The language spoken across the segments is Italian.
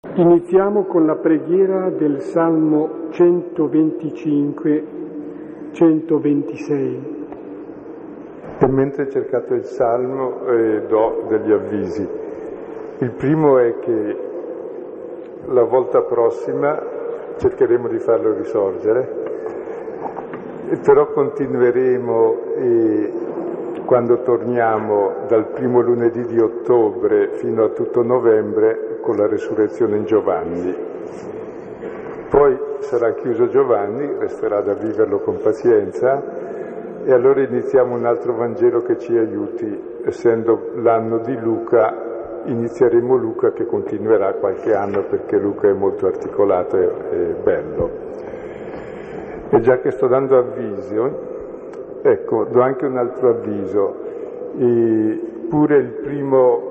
Iniziamo con la preghiera del Salmo 125-126. E mentre cercate il Salmo do degli avvisi. Il primo è che la volta prossima cercheremo di farlo risorgere, però continueremo quando torniamo dal primo lunedì di ottobre fino a tutto novembre con la resurrezione in Giovanni. Poi sarà chiuso Giovanni, resterà da viverlo con pazienza, e allora iniziamo un altro Vangelo che ci aiuti. Essendo l'anno di Luca, inizieremo Luca, che continuerà qualche anno perché Luca è molto articolato e bello. E già che sto dando avviso, ecco, do anche un altro avviso. Pure il primo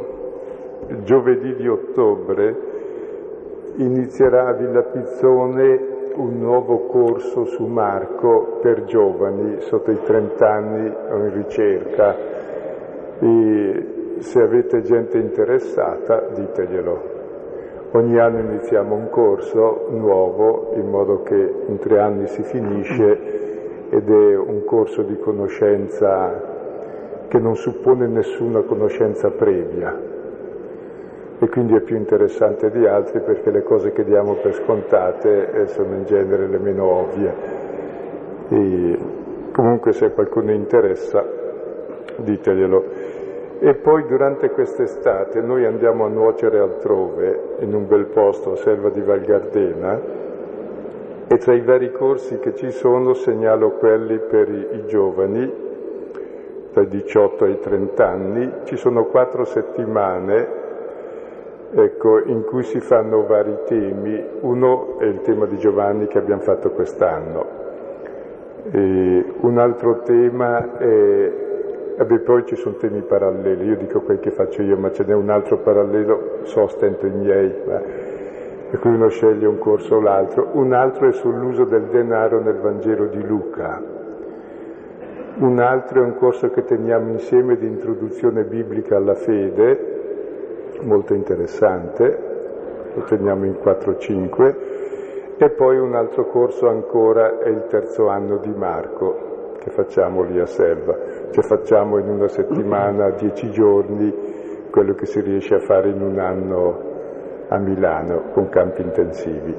giovedì di ottobre inizierà a Villa Pizzone un nuovo corso su Marco per giovani sotto i 30 anni o in ricerca. E se avete gente interessata, diteglielo. Ogni anno iniziamo un corso nuovo, in modo che in 3 anni si finisce, ed è un corso di conoscenza che non suppone nessuna conoscenza previa, e quindi è più interessante di altri perché le cose che diamo per scontate sono in genere le meno ovvie. E comunque se qualcuno interessa, diteglielo. E poi durante quest'estate noi andiamo a nuocere altrove, in un bel posto, a Selva di Val Gardena, e tra i vari corsi che ci sono segnalo quelli per i giovani, dai 18 ai 30 anni. Ci sono 4 settimane, ecco, in cui si fanno vari temi. Uno è il tema di Giovanni che abbiamo fatto quest'anno. E un altro tema è... poi ci sono temi paralleli, io dico quel che faccio io, ma ce n'è un altro parallelo, stento i miei, per cui uno sceglie un corso o l'altro. Un altro è sull'uso del denaro nel Vangelo di Luca. Un altro è un corso che teniamo insieme di introduzione biblica alla fede, molto interessante, lo teniamo in 4-5, e poi un altro corso ancora è il terzo anno di Marco, che facciamo lì a Selva, cioè facciamo in una settimana, 10 giorni, quello che si riesce a fare in un anno a Milano, con campi intensivi.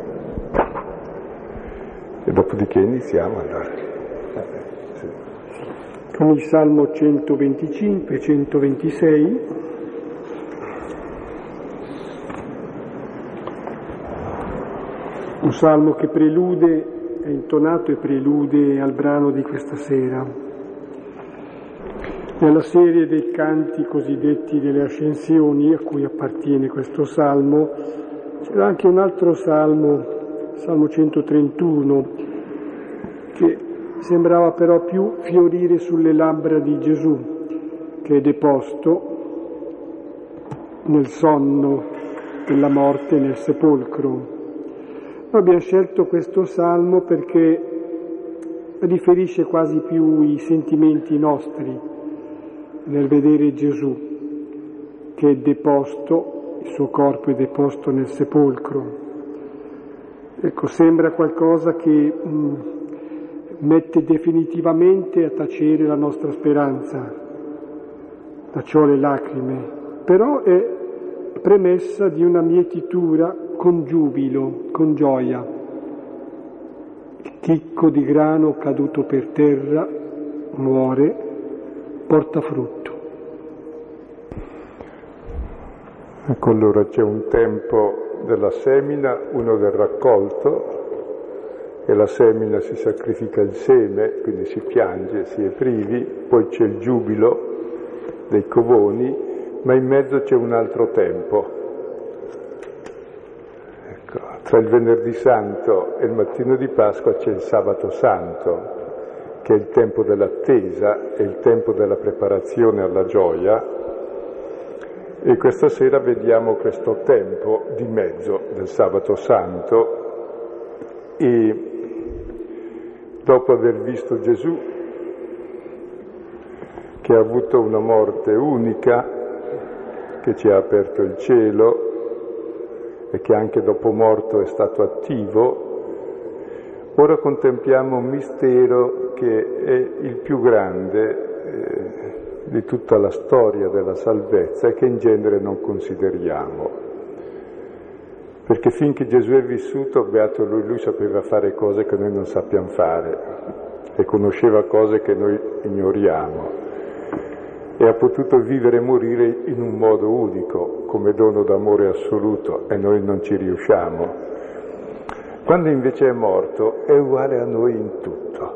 E dopodiché iniziamo allora. Sì. Con il Salmo 125-126, un salmo che prelude, è intonato e prelude al brano di questa sera. Nella serie dei canti cosiddetti delle ascensioni, a cui appartiene questo salmo, c'era anche un altro salmo, Salmo 131, che sembrava però più fiorire sulle labbra di Gesù, che è deposto nel sonno della morte nel sepolcro. Noi abbiamo scelto questo salmo perché riferisce quasi più i sentimenti nostri nel vedere Gesù che è deposto, il suo corpo è deposto nel sepolcro. Ecco, sembra qualcosa che mette definitivamente a tacere la nostra speranza, da ciò le lacrime, però è premessa di una mietitura con giubilo, con gioia. Il chicco di grano caduto per terra muore, porta frutto. Ecco, allora c'è un tempo della semina, uno del raccolto, e la semina si sacrifica il seme, quindi si piange, si è privi, poi c'è il giubilo dei covoni, ma in mezzo c'è un altro tempo. Ecco, tra il venerdì santo e il mattino di Pasqua c'è il sabato santo, che è il tempo dell'attesa, è il tempo della preparazione alla gioia, e questa sera vediamo questo tempo di mezzo del sabato santo, e dopo aver visto Gesù che ha avuto una morte unica, che ci ha aperto il cielo, e che anche dopo morto è stato attivo, ora contempliamo un mistero che è il più grande di tutta la storia della salvezza e che in genere non consideriamo. Perché finché Gesù è vissuto, beato lui sapeva fare cose che noi non sappiamo fare e conosceva cose che noi ignoriamo e ha potuto vivere e morire in un modo unico, come dono d'amore assoluto, e noi non ci riusciamo. Quando invece è morto è uguale a noi in tutto.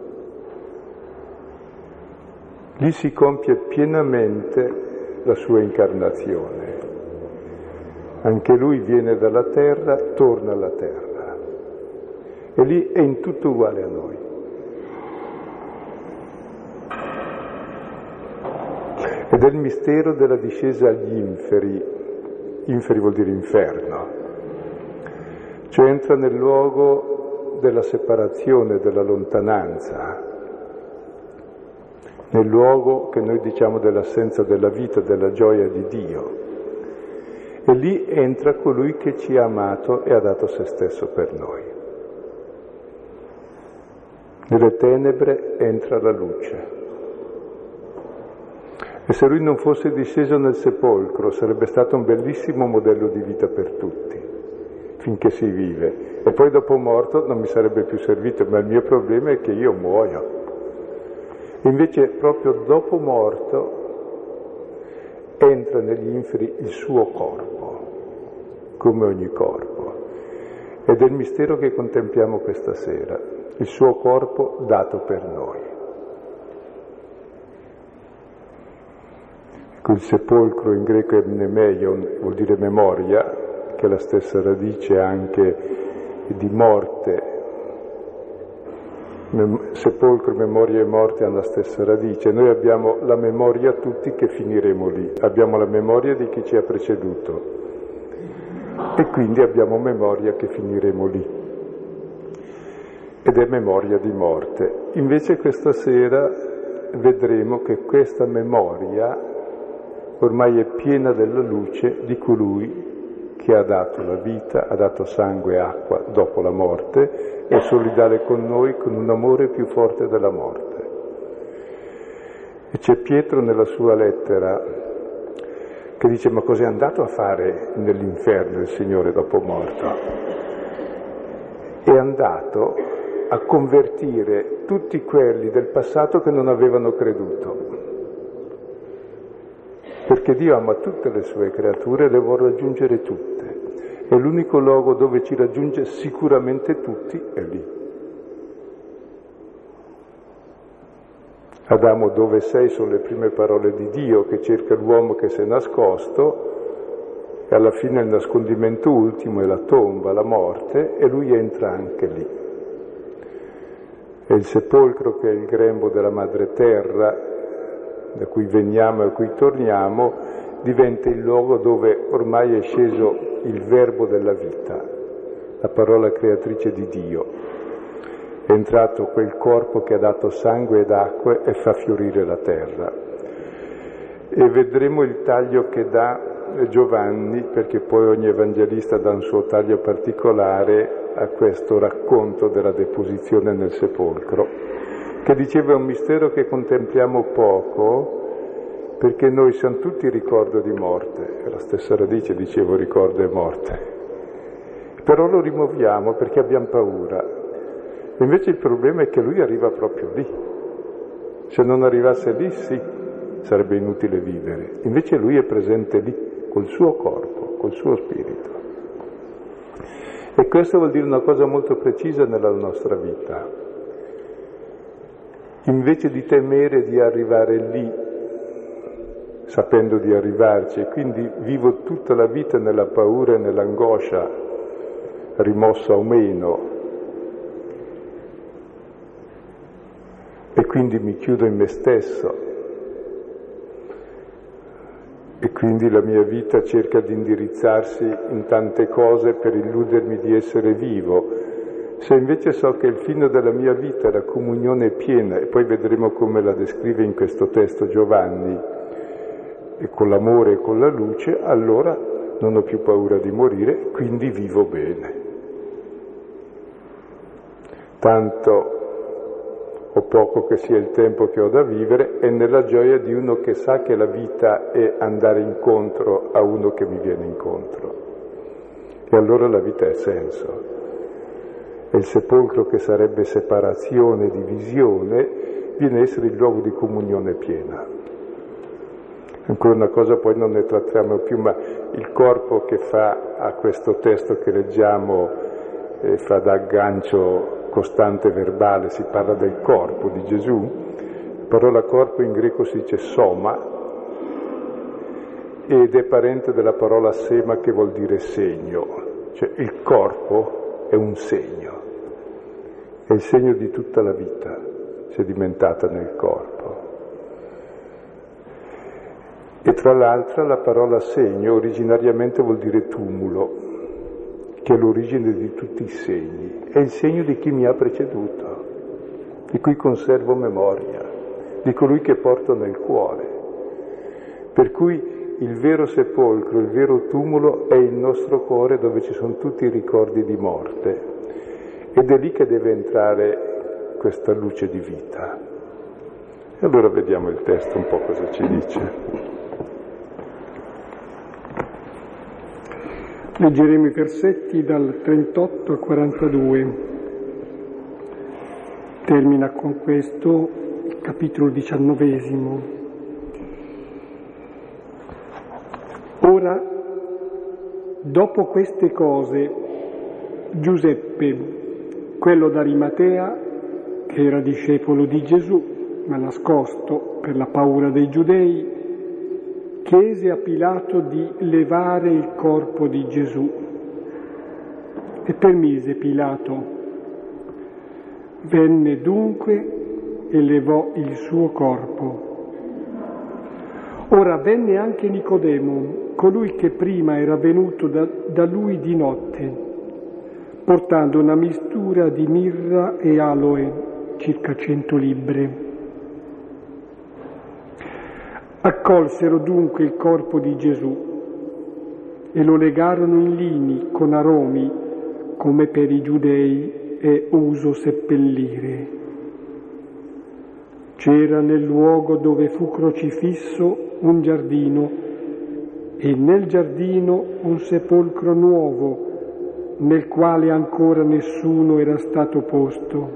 Lì si compie pienamente la sua incarnazione. Anche lui viene dalla terra, torna alla terra. E lì è in tutto uguale a noi. Ed è il mistero della discesa agli inferi. Inferi vuol dire inferno. Cioè entra nel luogo della separazione, della lontananza, nel luogo che noi diciamo dell'assenza della vita, della gioia di Dio. E lì entra colui che ci ha amato e ha dato se stesso per noi. Nelle tenebre entra la luce. E se lui non fosse disceso nel sepolcro sarebbe stato un bellissimo modello di vita per tutti, finché si vive. E poi dopo morto non mi sarebbe più servito, ma il mio problema è che io muoio. Invece proprio dopo morto entra negli inferi il suo corpo, come ogni corpo. Ed è il mistero che contempliamo questa sera, il suo corpo dato per noi. Il sepolcro in greco è mnemeion, vuol dire memoria, che è la stessa radice anche di morte. Sepolcro, memoria e morte hanno la stessa radice. Noi abbiamo la memoria tutti che finiremo lì, abbiamo la memoria di chi ci ha preceduto e quindi abbiamo memoria che finiremo lì. Ed è memoria di morte. Invece questa sera vedremo che questa memoria ormai è piena della luce di colui che ha dato la vita, ha dato sangue e acqua dopo la morte, è solidale con noi con un amore più forte della morte. E c'è Pietro nella sua lettera che dice: ma cos'è andato a fare nell'inferno il Signore dopo morto? È andato a convertire tutti quelli del passato che non avevano creduto. Perché Dio ama tutte le sue creature e le vuole raggiungere tutte. E l'unico luogo dove ci raggiunge sicuramente tutti è lì. Adamo, dove sei? Sono le prime parole di Dio che cerca l'uomo che si è nascosto e alla fine il nascondimento ultimo è la tomba, la morte, e lui entra anche lì. E il sepolcro, che è il grembo della madre terra, da cui veniamo e a cui torniamo, diventa il luogo dove ormai è sceso il verbo della vita, la parola creatrice di Dio. È entrato quel corpo che ha dato sangue ed acque e fa fiorire la terra. E vedremo il taglio che dà Giovanni, perché poi ogni evangelista dà un suo taglio particolare a questo racconto della deposizione nel sepolcro, che diceva è un mistero che contempliamo poco, perché noi siamo tutti ricordo di morte, è la stessa radice, dicevo, ricordo e morte, però lo rimuoviamo perché abbiamo paura. Invece il problema è che lui arriva proprio lì. Se non arrivasse lì, sì, sarebbe inutile vivere. Invece lui è presente lì, col suo corpo, col suo spirito. E questo vuol dire una cosa molto precisa nella nostra vita. Invece di temere di arrivare lì, sapendo di arrivarci, e quindi vivo tutta la vita nella paura e nell'angoscia, rimossa o meno, e quindi mi chiudo in me stesso, e quindi la mia vita cerca di indirizzarsi in tante cose per illudermi di essere vivo. Se invece so che il fine della mia vita è la comunione piena, e poi vedremo come la descrive in questo testo Giovanni, e con l'amore e con la luce, allora non ho più paura di morire, quindi vivo bene. Tanto o poco che sia il tempo che ho da vivere, è nella gioia di uno che sa che la vita è andare incontro a uno che mi viene incontro. E allora la vita ha senso. E il sepolcro, che sarebbe separazione, divisione, viene a essere il luogo di comunione piena. Ancora una cosa, poi non ne trattiamo più, ma il corpo che fa a questo testo che leggiamo, fa da aggancio costante verbale, si parla del corpo di Gesù. La parola corpo in greco si dice soma ed è parente della parola sema, che vuol dire segno, cioè il corpo è un segno, è il segno di tutta la vita sedimentata nel corpo. E tra l'altro la parola segno originariamente vuol dire tumulo, che è l'origine di tutti i segni, è il segno di chi mi ha preceduto, di cui conservo memoria, di colui che porto nel cuore. Per cui il vero sepolcro, il vero tumulo è il nostro cuore, dove ci sono tutti i ricordi di morte, ed è lì che deve entrare questa luce di vita. E allora vediamo il testo un po' cosa ci dice. Leggeremo i versetti dal 38 al 42. Termina con questo il capitolo 19. Ora, dopo queste cose, Giuseppe, quello d'Arimatea, che era discepolo di Gesù, ma nascosto per la paura dei giudei, chiese a Pilato di levare il corpo di Gesù e permise Pilato. Venne dunque e levò il suo corpo. Ora venne anche Nicodemo, colui che prima era venuto da lui di notte, portando una mistura di mirra e aloe, circa 100 libbre. Accolsero dunque il corpo di Gesù e lo legarono in lini con aromi, come per i giudei è uso seppellire. C'era nel luogo dove fu crocifisso un giardino e nel giardino un sepolcro nuovo, nel quale ancora nessuno era stato posto.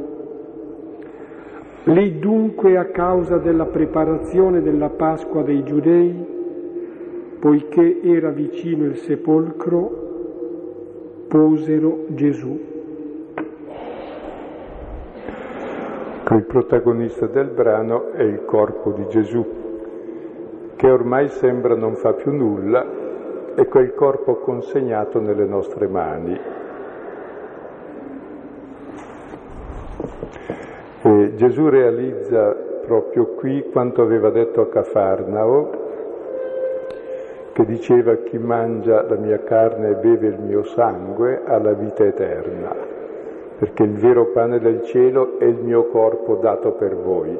Lì dunque, a causa della preparazione della Pasqua dei Giudei, poiché era vicino il sepolcro, posero Gesù. Il protagonista del brano è il corpo di Gesù, che ormai sembra non fa più nulla, e quel corpo consegnato nelle nostre mani. E Gesù realizza proprio qui quanto aveva detto a Cafarnao, che diceva: chi mangia la mia carne e beve il mio sangue ha la vita eterna, perché il vero pane del cielo è il mio corpo dato per voi.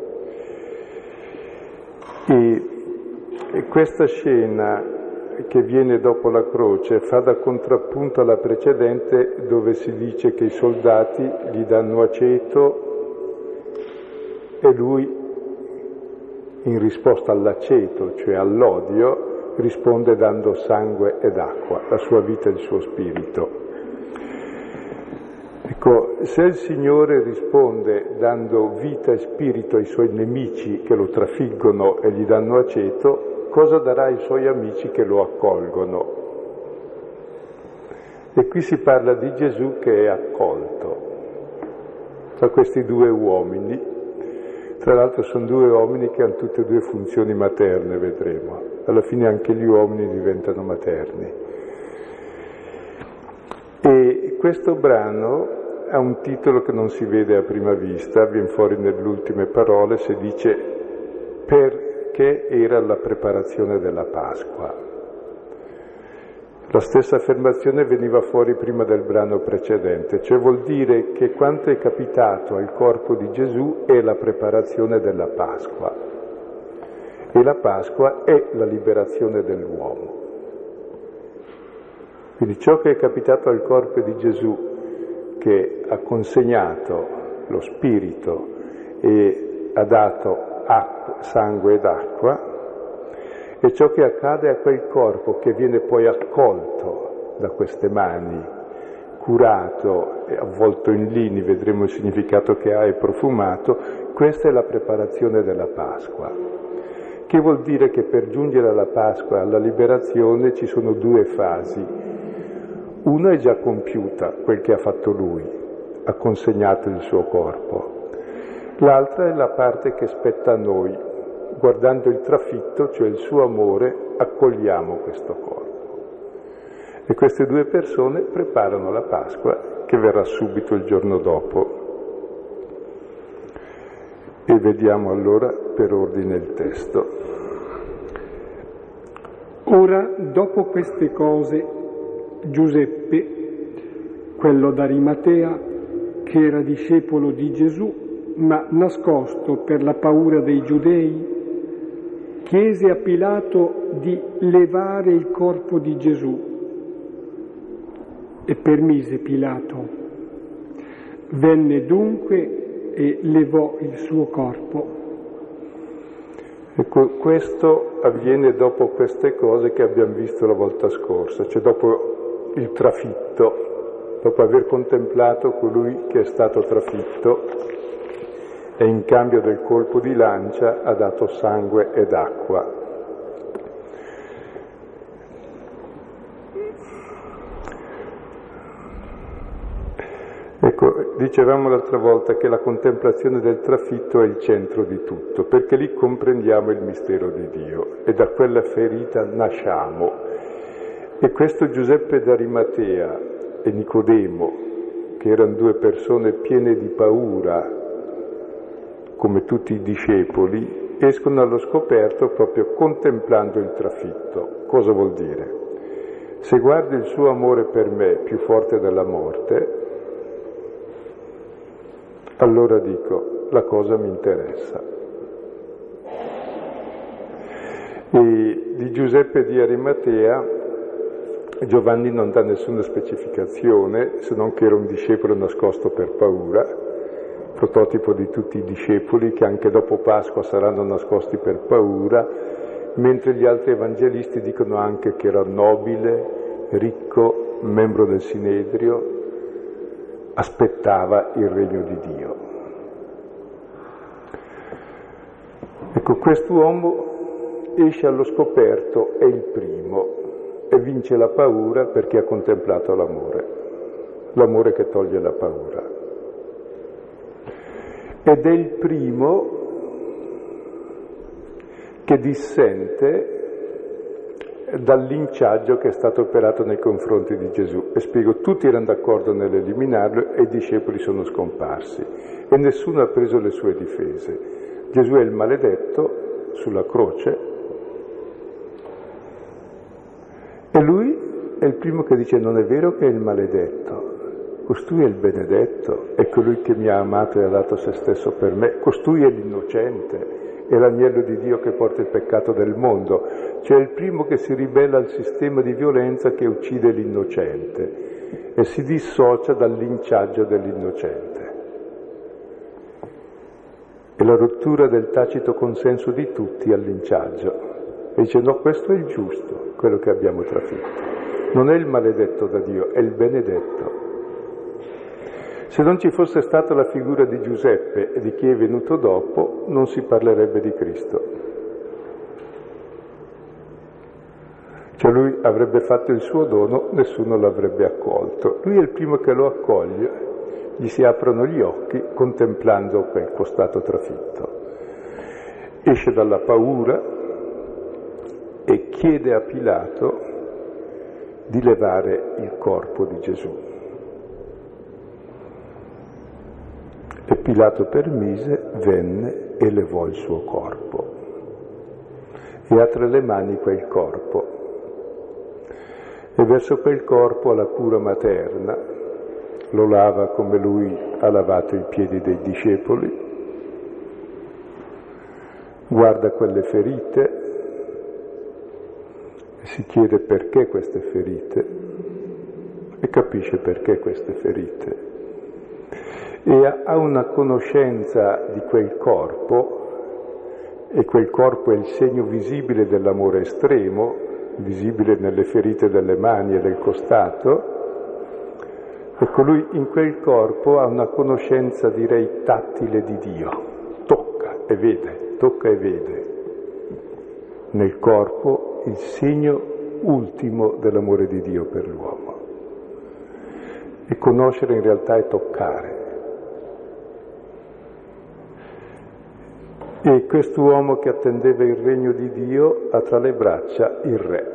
E questa scena che viene dopo la croce fa da contrappunto alla precedente, dove si dice che i soldati gli danno aceto e lui, in risposta all'aceto, cioè all'odio, risponde dando sangue ed acqua, la sua vita e il suo spirito. Ecco, se il Signore risponde dando vita e spirito ai suoi nemici che lo trafiggono e gli danno aceto, cosa darà ai suoi amici che lo accolgono? E qui si parla di Gesù che è accolto da questi due uomini. Tra l'altro sono due uomini che hanno tutte e due funzioni materne, vedremo. Alla fine anche gli uomini diventano materni. E questo brano ha un titolo che non si vede a prima vista, viene fuori nelle ultime parole, si dice perché era la preparazione della Pasqua. La stessa affermazione veniva fuori prima del brano precedente, cioè vuol dire che quanto è capitato al corpo di Gesù è la preparazione della Pasqua. E la Pasqua è la liberazione dell'uomo. Quindi ciò che è capitato al corpo di Gesù, che ha consegnato lo Spirito e ha dato sangue ed acqua, e ciò che accade a quel corpo che viene poi accolto da queste mani, curato e avvolto in lini, vedremo il significato che ha, e profumato. Questa è la preparazione della Pasqua, che vuol dire che per giungere alla Pasqua, alla liberazione, ci sono due fasi. Una è già compiuta, quel che ha fatto Lui, ha consegnato il suo corpo. L'altra è la parte che spetta a noi. Guardando il trafitto, cioè il suo amore, accogliamo questo corpo. E queste due persone preparano la Pasqua, che verrà subito il giorno dopo. E vediamo allora per ordine il testo. Ora, dopo queste cose, Giuseppe, quello d'Arimatea, che era discepolo di Gesù, ma nascosto per la paura dei giudei, chiese a Pilato di levare il corpo di Gesù e permise Pilato. Venne dunque e levò il suo corpo. Ecco, questo avviene dopo queste cose che abbiamo visto la volta scorsa, cioè dopo il trafitto, dopo aver contemplato colui che è stato trafitto e in cambio del colpo di lancia ha dato sangue ed acqua. Ecco, dicevamo l'altra volta che la contemplazione del trafitto è il centro di tutto, perché lì comprendiamo il mistero di Dio e da quella ferita nasciamo. E questo Giuseppe d'Arimatea e Nicodemo, che erano due persone piene di paura, come tutti i discepoli, escono allo scoperto proprio contemplando il trafitto. Cosa vuol dire? Se guardo il suo amore per me più forte della morte, allora dico, la cosa mi interessa. E di Giuseppe di Arimatea Giovanni non dà nessuna specificazione, se non che era un discepolo nascosto per paura, prototipo di tutti i discepoli che anche dopo Pasqua saranno nascosti per paura, mentre gli altri evangelisti dicono anche che era nobile, ricco, membro del Sinedrio, aspettava il regno di Dio. Ecco, quest'uomo esce allo scoperto, è il primo, e vince la paura perché ha contemplato l'amore che toglie la paura. Ed è il primo che dissente dal linciaggio che è stato operato nei confronti di Gesù. E spiego, tutti erano d'accordo nell'eliminarlo e i discepoli sono scomparsi e nessuno ha preso le sue difese. Gesù è il maledetto sulla croce e lui è il primo che dice: non è vero che è il maledetto, costui è il benedetto, è colui che mi ha amato e ha dato se stesso per me, costui è l'innocente, è l'agnello di Dio che porta il peccato del mondo, cioè il primo che si ribella al sistema di violenza che uccide l'innocente e si dissocia dal linciaggio dell'innocente. È la rottura del tacito consenso di tutti al linciaggio. E dice: no, questo è il giusto, quello che abbiamo trafitto. Non è il maledetto da Dio, è il benedetto. Se non ci fosse stata la figura di Giuseppe e di chi è venuto dopo, non si parlerebbe di Cristo. Cioè lui avrebbe fatto il suo dono, nessuno l'avrebbe accolto. Lui è il primo che lo accoglie, gli si aprono gli occhi contemplando quel costato trafitto. Esce dalla paura e chiede a Pilato di levare il corpo di Gesù. E Pilato permise, venne e levò il suo corpo. E ha tra le mani quel corpo. E verso quel corpo la cura materna, lo lava come lui ha lavato i piedi dei discepoli, guarda quelle ferite e si chiede perché queste ferite. e capisce perché queste ferite. E ha una conoscenza di quel corpo, e quel corpo è il segno visibile dell'amore estremo, visibile nelle ferite delle mani e del costato. Ecco, lui in quel corpo ha una conoscenza, direi, tattile di Dio, tocca e vede nel corpo il segno ultimo dell'amore di Dio per l'uomo. E conoscere in realtà è toccare. E quest'uomo che attendeva il regno di Dio ha tra le braccia il Re,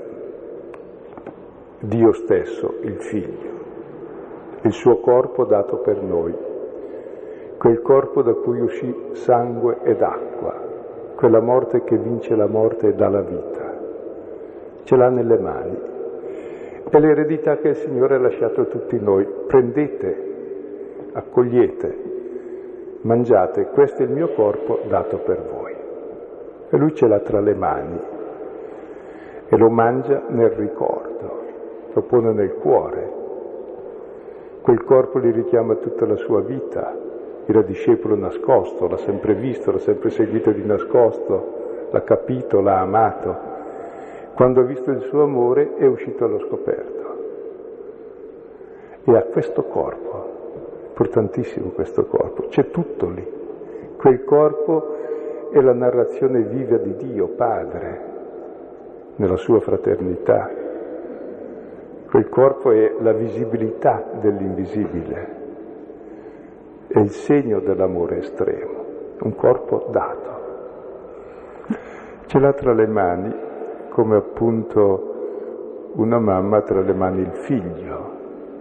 Dio stesso, il Figlio, il suo corpo dato per noi, quel corpo da cui uscì sangue ed acqua, quella morte che vince la morte e dà la vita. Ce l'ha nelle mani. È l'eredità che il Signore ha lasciato a tutti noi. Prendete, accogliete, mangiate, questo è il mio corpo dato per voi. E lui ce l'ha tra le mani e lo mangia nel ricordo, lo pone nel cuore. Quel corpo gli richiama tutta la sua vita. Era discepolo nascosto, l'ha sempre visto, l'ha sempre seguito di nascosto, l'ha capito, l'ha amato. Quando ha visto il suo amore è uscito allo scoperto. E ha questo corpo, importantissimo questo corpo, c'è tutto lì. Quel corpo è la narrazione viva di Dio, Padre, nella sua fraternità. Quel corpo è la visibilità dell'invisibile, è il segno dell'amore estremo, un corpo dato. Ce l'ha tra le mani, come appunto una mamma ha tra le mani il figlio.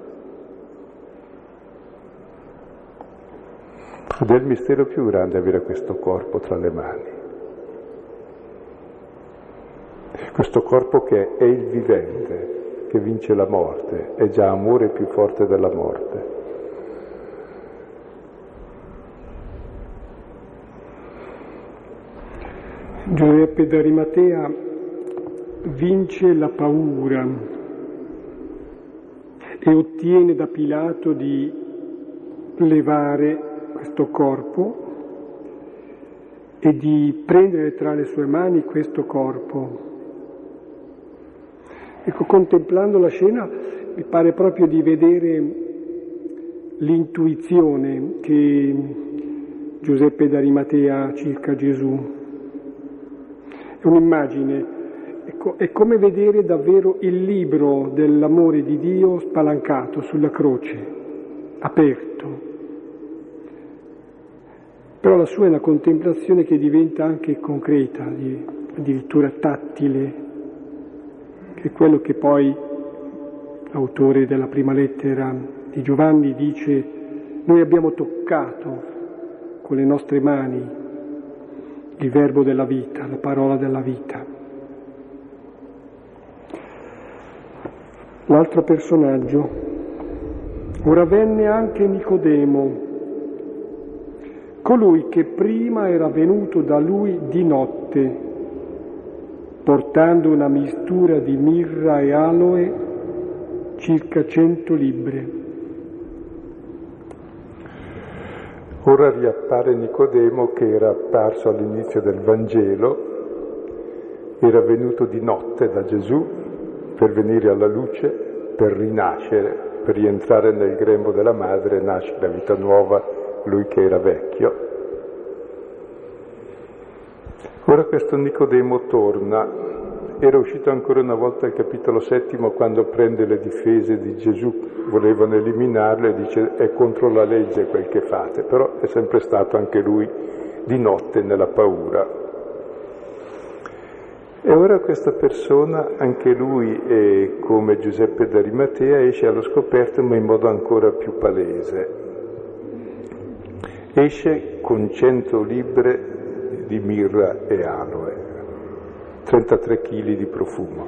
Ed è il mistero più grande avere questo corpo tra le mani. Questo corpo che è il vivente, che vince la morte, è già amore più forte della morte. Giuseppe d'Arimatea vince la paura e ottiene da Pilato di levare questo corpo e di prendere tra le sue mani questo corpo. Ecco, contemplando la scena mi pare proprio di vedere l'intuizione che Giuseppe d'Arimatea ha circa Gesù. È un'immagine, ecco, è come vedere davvero il libro dell'amore di Dio spalancato sulla croce, aperto. Però la sua è una contemplazione che diventa anche concreta, addirittura tattile, che è quello che poi l'autore della prima lettera di Giovanni dice: noi abbiamo toccato con le nostre mani il verbo della vita, la parola della vita. L'altro personaggio. Ora venne anche Nicodemo, colui che prima era venuto da lui di notte, portando una mistura di mirra e aloe, circa 100 libbre. Ora riappare Nicodemo, che era apparso all'inizio del Vangelo, era venuto di notte da Gesù per venire alla luce, per rinascere, per rientrare nel grembo della madre e nasce la vita nuova, lui che era vecchio. Ora questo Nicodemo torna, era uscito ancora una volta al capitolo 7 quando prende le difese di Gesù, volevano eliminarlo e dice è contro la legge quel che fate, però è sempre stato anche lui di notte nella paura. E ora questa persona, anche lui come Giuseppe d'Arimatea, esce allo scoperto ma in modo ancora più palese. Esce con 100 libbre di mirra e aloe, 33 kg di profumo.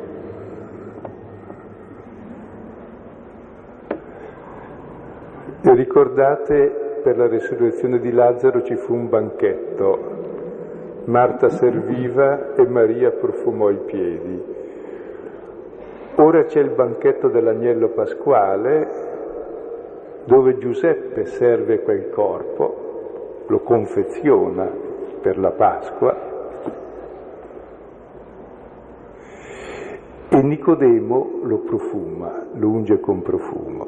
E ricordate, per la resurrezione di Lazzaro ci fu un banchetto, Marta serviva e Maria profumò i piedi. Ora c'è il banchetto dell'agnello pasquale, dove Giuseppe serve quel corpo, lo confeziona per la Pasqua, e Nicodemo lo profuma, lo unge con profumo.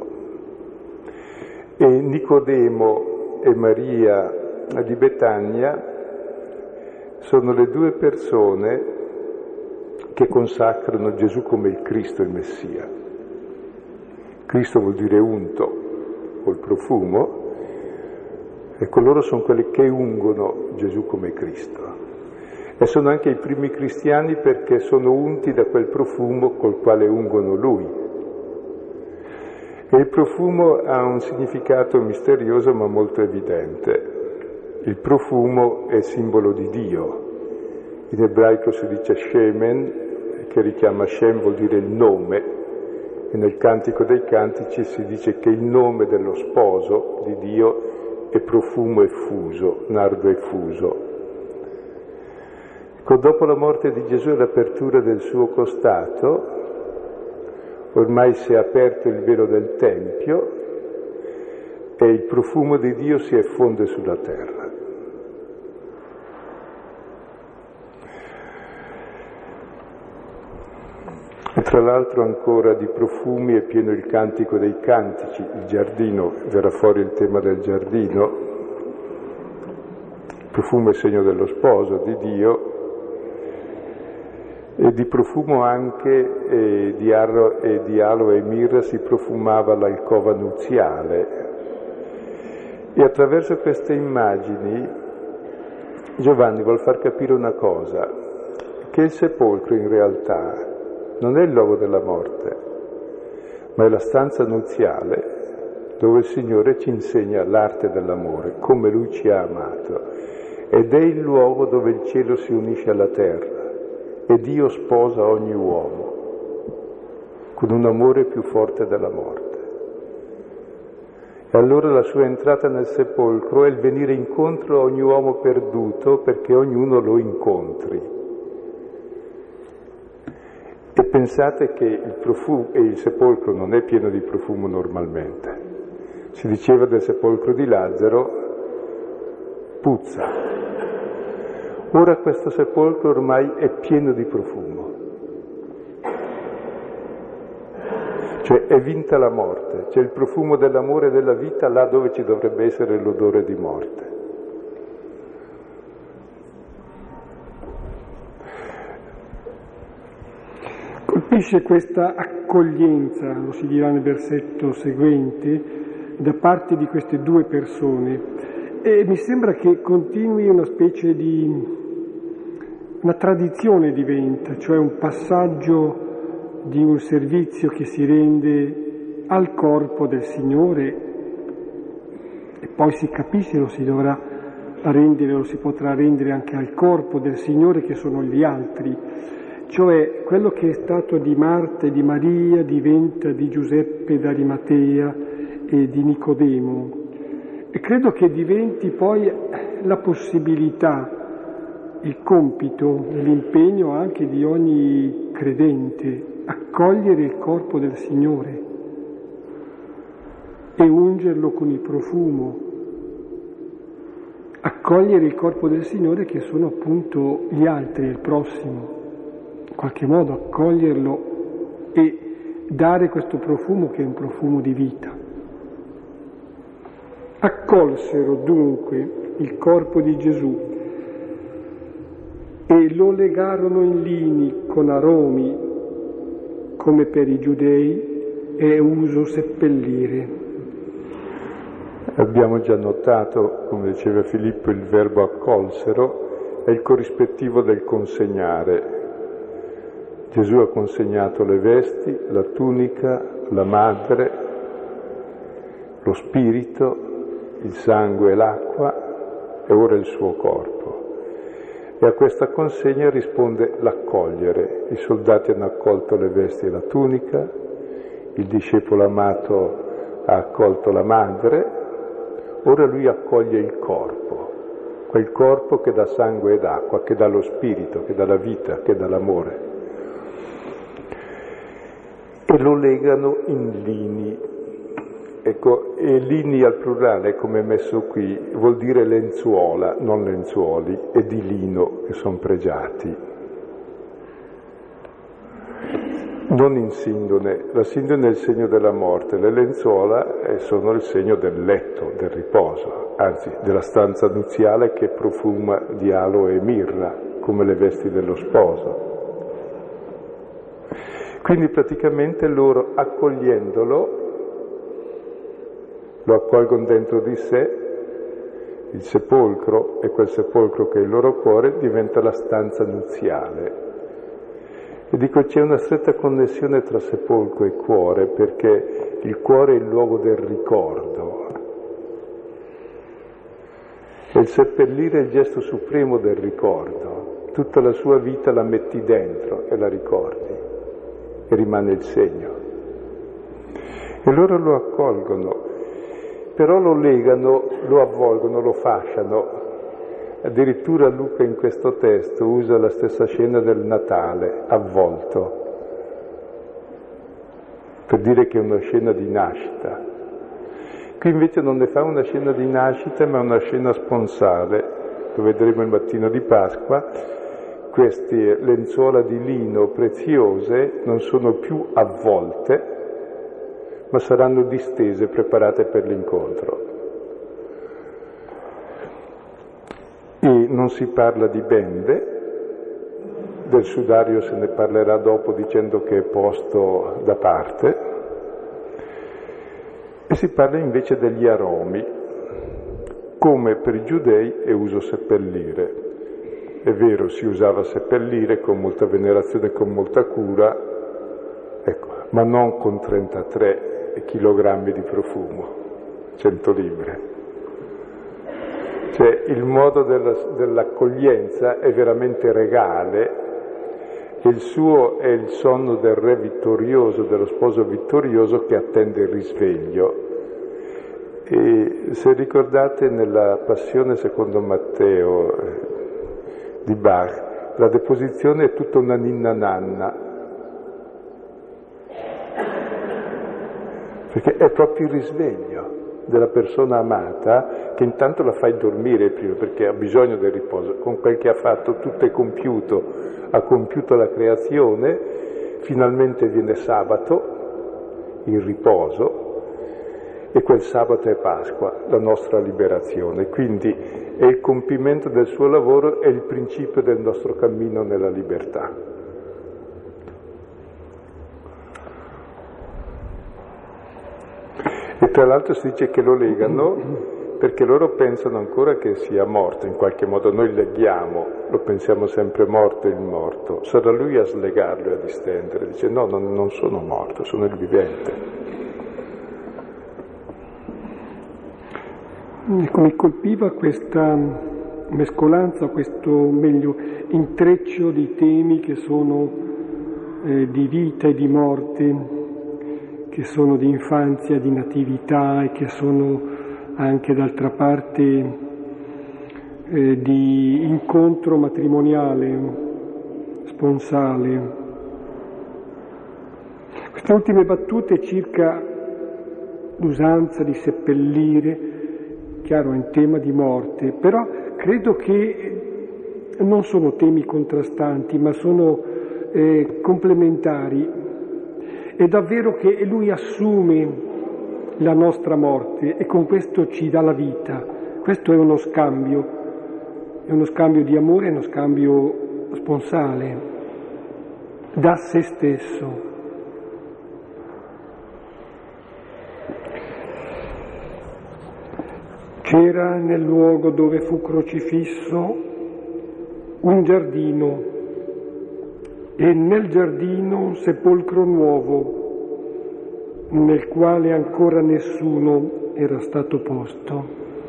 E Nicodemo e Maria di Betania sono le due persone che consacrano Gesù come il Cristo, il Messia. Cristo vuol dire unto col profumo, e coloro sono quelli che ungono Gesù come Cristo. E sono anche i primi cristiani perché sono unti da quel profumo col quale ungono Lui. E il profumo ha un significato misterioso ma molto evidente. Il profumo è simbolo di Dio. In ebraico si dice Shemen, che richiama Shem, vuol dire il nome, e nel Cantico dei Cantici si dice che il nome dello sposo di Dio è profumo effuso, nardo effuso. Ecco, dopo la morte di Gesù e l'apertura del suo costato, ormai si è aperto il velo del Tempio e il profumo di Dio si effonde sulla terra. E tra l'altro ancora di profumi è pieno il Cantico dei Cantici, il giardino, verrà fuori il tema del giardino. Il profumo è segno dello sposo, di Dio, e di profumo anche di aloe e mirra si profumava l'alcova nuziale. E attraverso queste immagini Giovanni vuol far capire una cosa, che il sepolcro in realtà non è il luogo della morte, ma è la stanza nuziale dove il Signore ci insegna l'arte dell'amore, come Lui ci ha amato, ed è il luogo dove il cielo si unisce alla terra e Dio sposa ogni uomo con un amore più forte della morte. E allora la sua entrata nel sepolcro è il venire incontro a ogni uomo perduto perché ognuno lo incontri. E pensate che il sepolcro non è pieno di profumo normalmente. Si diceva del sepolcro di Lazzaro, puzza. Ora questo sepolcro ormai è pieno di profumo. Cioè è vinta la morte, c'è il profumo dell'amore e della vita là dove ci dovrebbe essere l'odore di morte. Colpisce questa accoglienza, lo si dirà nel versetto seguente, da parte di queste due persone, e mi sembra che continui una specie di una tradizione diventa, cioè un passaggio di un servizio che si rende al corpo del Signore, e poi si capisce lo si dovrà rendere, lo si potrà rendere anche al corpo del Signore che sono gli altri. Cioè quello che è stato di Marta e di Maria diventa di Giuseppe d'Arimatea e di Nicodemo, e credo che diventi poi la possibilità, il compito, l'impegno anche di ogni credente, accogliere il corpo del Signore e ungerlo con il profumo, accogliere il corpo del Signore che sono appunto gli altri, il prossimo. In qualche modo accoglierlo e dare questo profumo che è un profumo di vita. Accolsero dunque il corpo di Gesù e lo legarono in lini con aromi, come per i giudei è uso seppellire. Abbiamo già notato, come diceva Filippo, il verbo accolsero è il corrispettivo del consegnare. Gesù ha consegnato le vesti, la tunica, la madre, lo spirito, il sangue e l'acqua e ora il suo corpo. E a questa consegna risponde l'accogliere. I soldati hanno accolto le vesti e la tunica, il discepolo amato ha accolto la madre, ora lui accoglie il corpo, quel corpo che dà sangue ed acqua, che dà lo spirito, che dà la vita, che dà l'amore. e lo legano in lini. Ecco, e lini al plurale, come è messo qui, vuol dire lenzuola, non lenzuoli, e di lino che sono pregiati. Non in sindone, la sindone è il segno della morte, le lenzuola sono il segno del letto, del riposo, anzi della stanza nuziale che profuma di aloe e mirra, come le vesti dello sposo. Quindi praticamente loro, accogliendolo, lo accolgono dentro di sé, il sepolcro, e quel sepolcro che è il loro cuore diventa la stanza nuziale. E dico, c'è una stretta connessione tra sepolcro e cuore, perché il cuore è il luogo del ricordo. E il seppellire è il gesto supremo del ricordo. Tutta la sua vita la metti dentro e la ricordi, e rimane il segno. E loro lo accolgono, però lo legano, lo avvolgono, lo fasciano. Addirittura Luca in questo testo usa la stessa scena del Natale, avvolto, per dire che è una scena di nascita. Qui invece non ne fa una scena di nascita, ma una scena sponsale. Lo vedremo il mattino di Pasqua. Queste lenzuola di lino preziose non sono più avvolte, ma saranno distese, preparate per l'incontro. E non si parla di bende, del sudario se ne parlerà dopo dicendo che è posto da parte, e si parla invece degli aromi, come per i giudei è uso seppellire. È vero, si usava seppellire con molta venerazione e con molta cura, ecco, ma non con 33 chilogrammi di profumo, 100 libre. Cioè il modo dell'accoglienza è veramente regale, il suo è il sonno del re vittorioso, dello sposo vittorioso che attende il risveglio. E se ricordate nella Passione secondo Matteo di Bach, la deposizione è tutta una ninna nanna, perché è proprio il risveglio della persona amata, che intanto la fai dormire prima, perché ha bisogno del riposo. Con quel che ha fatto tutto è compiuto, ha compiuto la creazione, finalmente viene sabato, il riposo, e quel sabato è Pasqua, la nostra liberazione. Quindi è il compimento del suo lavoro, è il principio del nostro cammino nella libertà. E tra l'altro si dice che lo legano perché loro pensano ancora che sia morto, in qualche modo noi leghiamo, lo pensiamo sempre morto il morto, sarà lui a slegarlo e a distendere, dice no, non sono morto, sono il vivente. Ecco, mi colpiva questa mescolanza, questo meglio intreccio di temi che sono di vita e di morte, che sono di infanzia, di natività e che sono anche d'altra parte di incontro matrimoniale, sponsale. Queste ultime battute circa l'usanza di seppellire, chiaro è un tema di morte, però credo che non sono temi contrastanti, ma sono complementari. È davvero che lui assume la nostra morte e con questo ci dà la vita. Questo è uno scambio di amore, è uno scambio sponsale, da se stesso. C'era nel luogo dove fu crocifisso un giardino, e nel giardino un sepolcro nuovo, nel quale ancora nessuno era stato posto.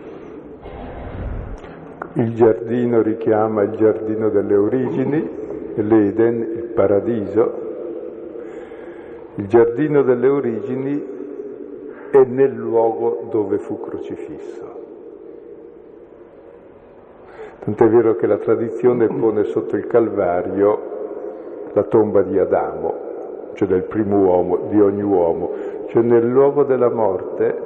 Il giardino richiama il giardino delle origini, l'Eden, il paradiso. Il giardino delle origini è nel luogo dove fu crocifisso. Tant'è vero che la tradizione pone sotto il Calvario la tomba di Adamo, cioè del primo uomo, di ogni uomo, cioè nel luogo della morte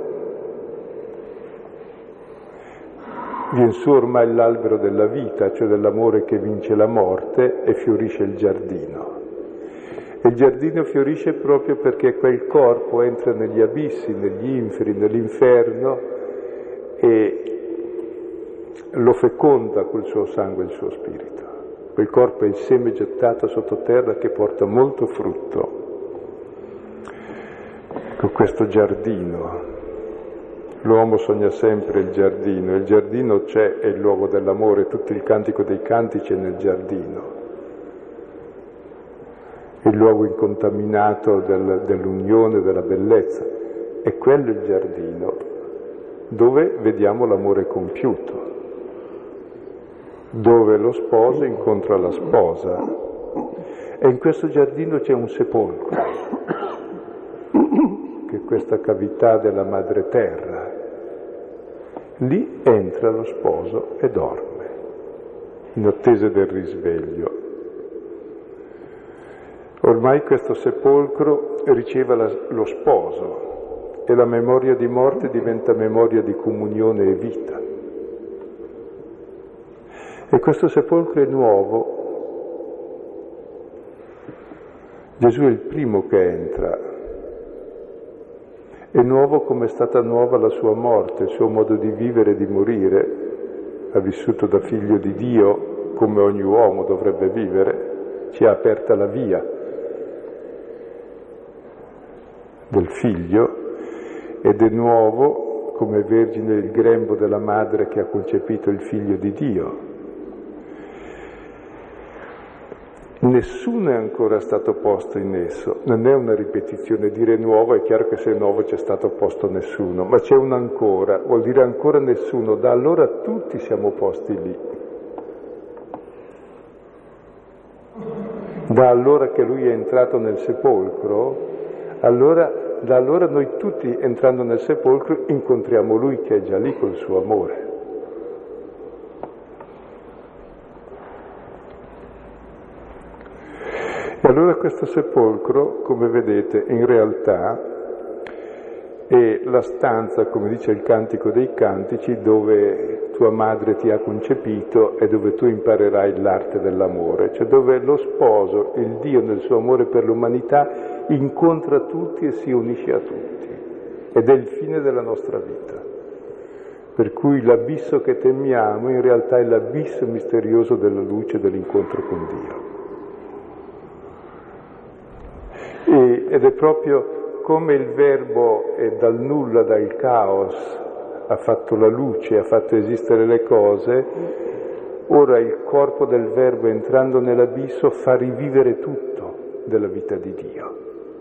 viene su ormai l'albero della vita, cioè dell'amore che vince la morte, e fiorisce il giardino. E il giardino fiorisce proprio perché quel corpo entra negli abissi, negli inferi, nell'inferno e lo feconda col suo sangue e il suo spirito. Quel corpo è il seme gettato sottoterra che porta molto frutto. Ecco questo giardino. L'uomo sogna sempre il giardino c'è, è il luogo dell'amore, tutto il cantico dei cantici è nel giardino, il luogo incontaminato dell'unione, della bellezza, è quello il giardino, dove vediamo l'amore compiuto, dove lo sposo incontra la sposa, e in questo giardino c'è un sepolcro, che è questa cavità della madre terra. Lì entra lo sposo e dorme, in attesa del risveglio. Ormai questo sepolcro riceve lo sposo e la memoria di morte diventa memoria di comunione e vita. E questo sepolcro è nuovo. Gesù è il primo che entra. È nuovo come è stata nuova la sua morte, il suo modo di vivere e di morire. Ha vissuto da figlio di Dio come ogni uomo dovrebbe vivere, ci ha aperta la via del figlio, ed è nuovo come vergine il grembo della madre che ha concepito il figlio di Dio. Nessuno è ancora stato posto in esso, non è una ripetizione, dire nuovo, è chiaro che se è nuovo c'è stato posto nessuno, ma c'è un ancora, vuol dire ancora nessuno, da allora tutti siamo posti lì. Da allora che lui è entrato nel sepolcro, da allora noi tutti entrando nel sepolcro incontriamo lui che è già lì col suo amore. E allora questo sepolcro, come vedete, in realtà è la stanza, come dice il Cantico dei Cantici, dove tua madre ti ha concepito e dove tu imparerai l'arte dell'amore, cioè dove lo sposo, il Dio nel suo amore per l'umanità, incontra tutti e si unisce a tutti. Ed è il fine della nostra vita. Per cui l'abisso che temiamo in realtà è l'abisso misterioso della luce dell'incontro con Dio. Ed è proprio come il Verbo è dal nulla, dal caos, ha fatto la luce, ha fatto esistere le cose, ora il corpo del Verbo entrando nell'abisso fa rivivere tutto della vita di Dio.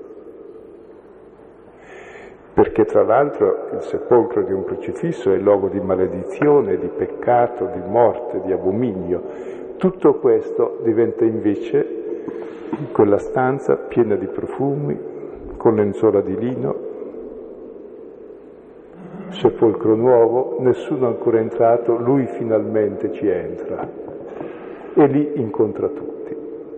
Perché tra l'altro il sepolcro di un crocifisso è luogo di maledizione, di peccato, di morte, di abominio. Tutto questo diventa invece quella stanza piena di profumi, con lenzuola di lino, sepolcro nuovo, nessuno ancora entrato, lui finalmente ci entra e lì incontra tutti,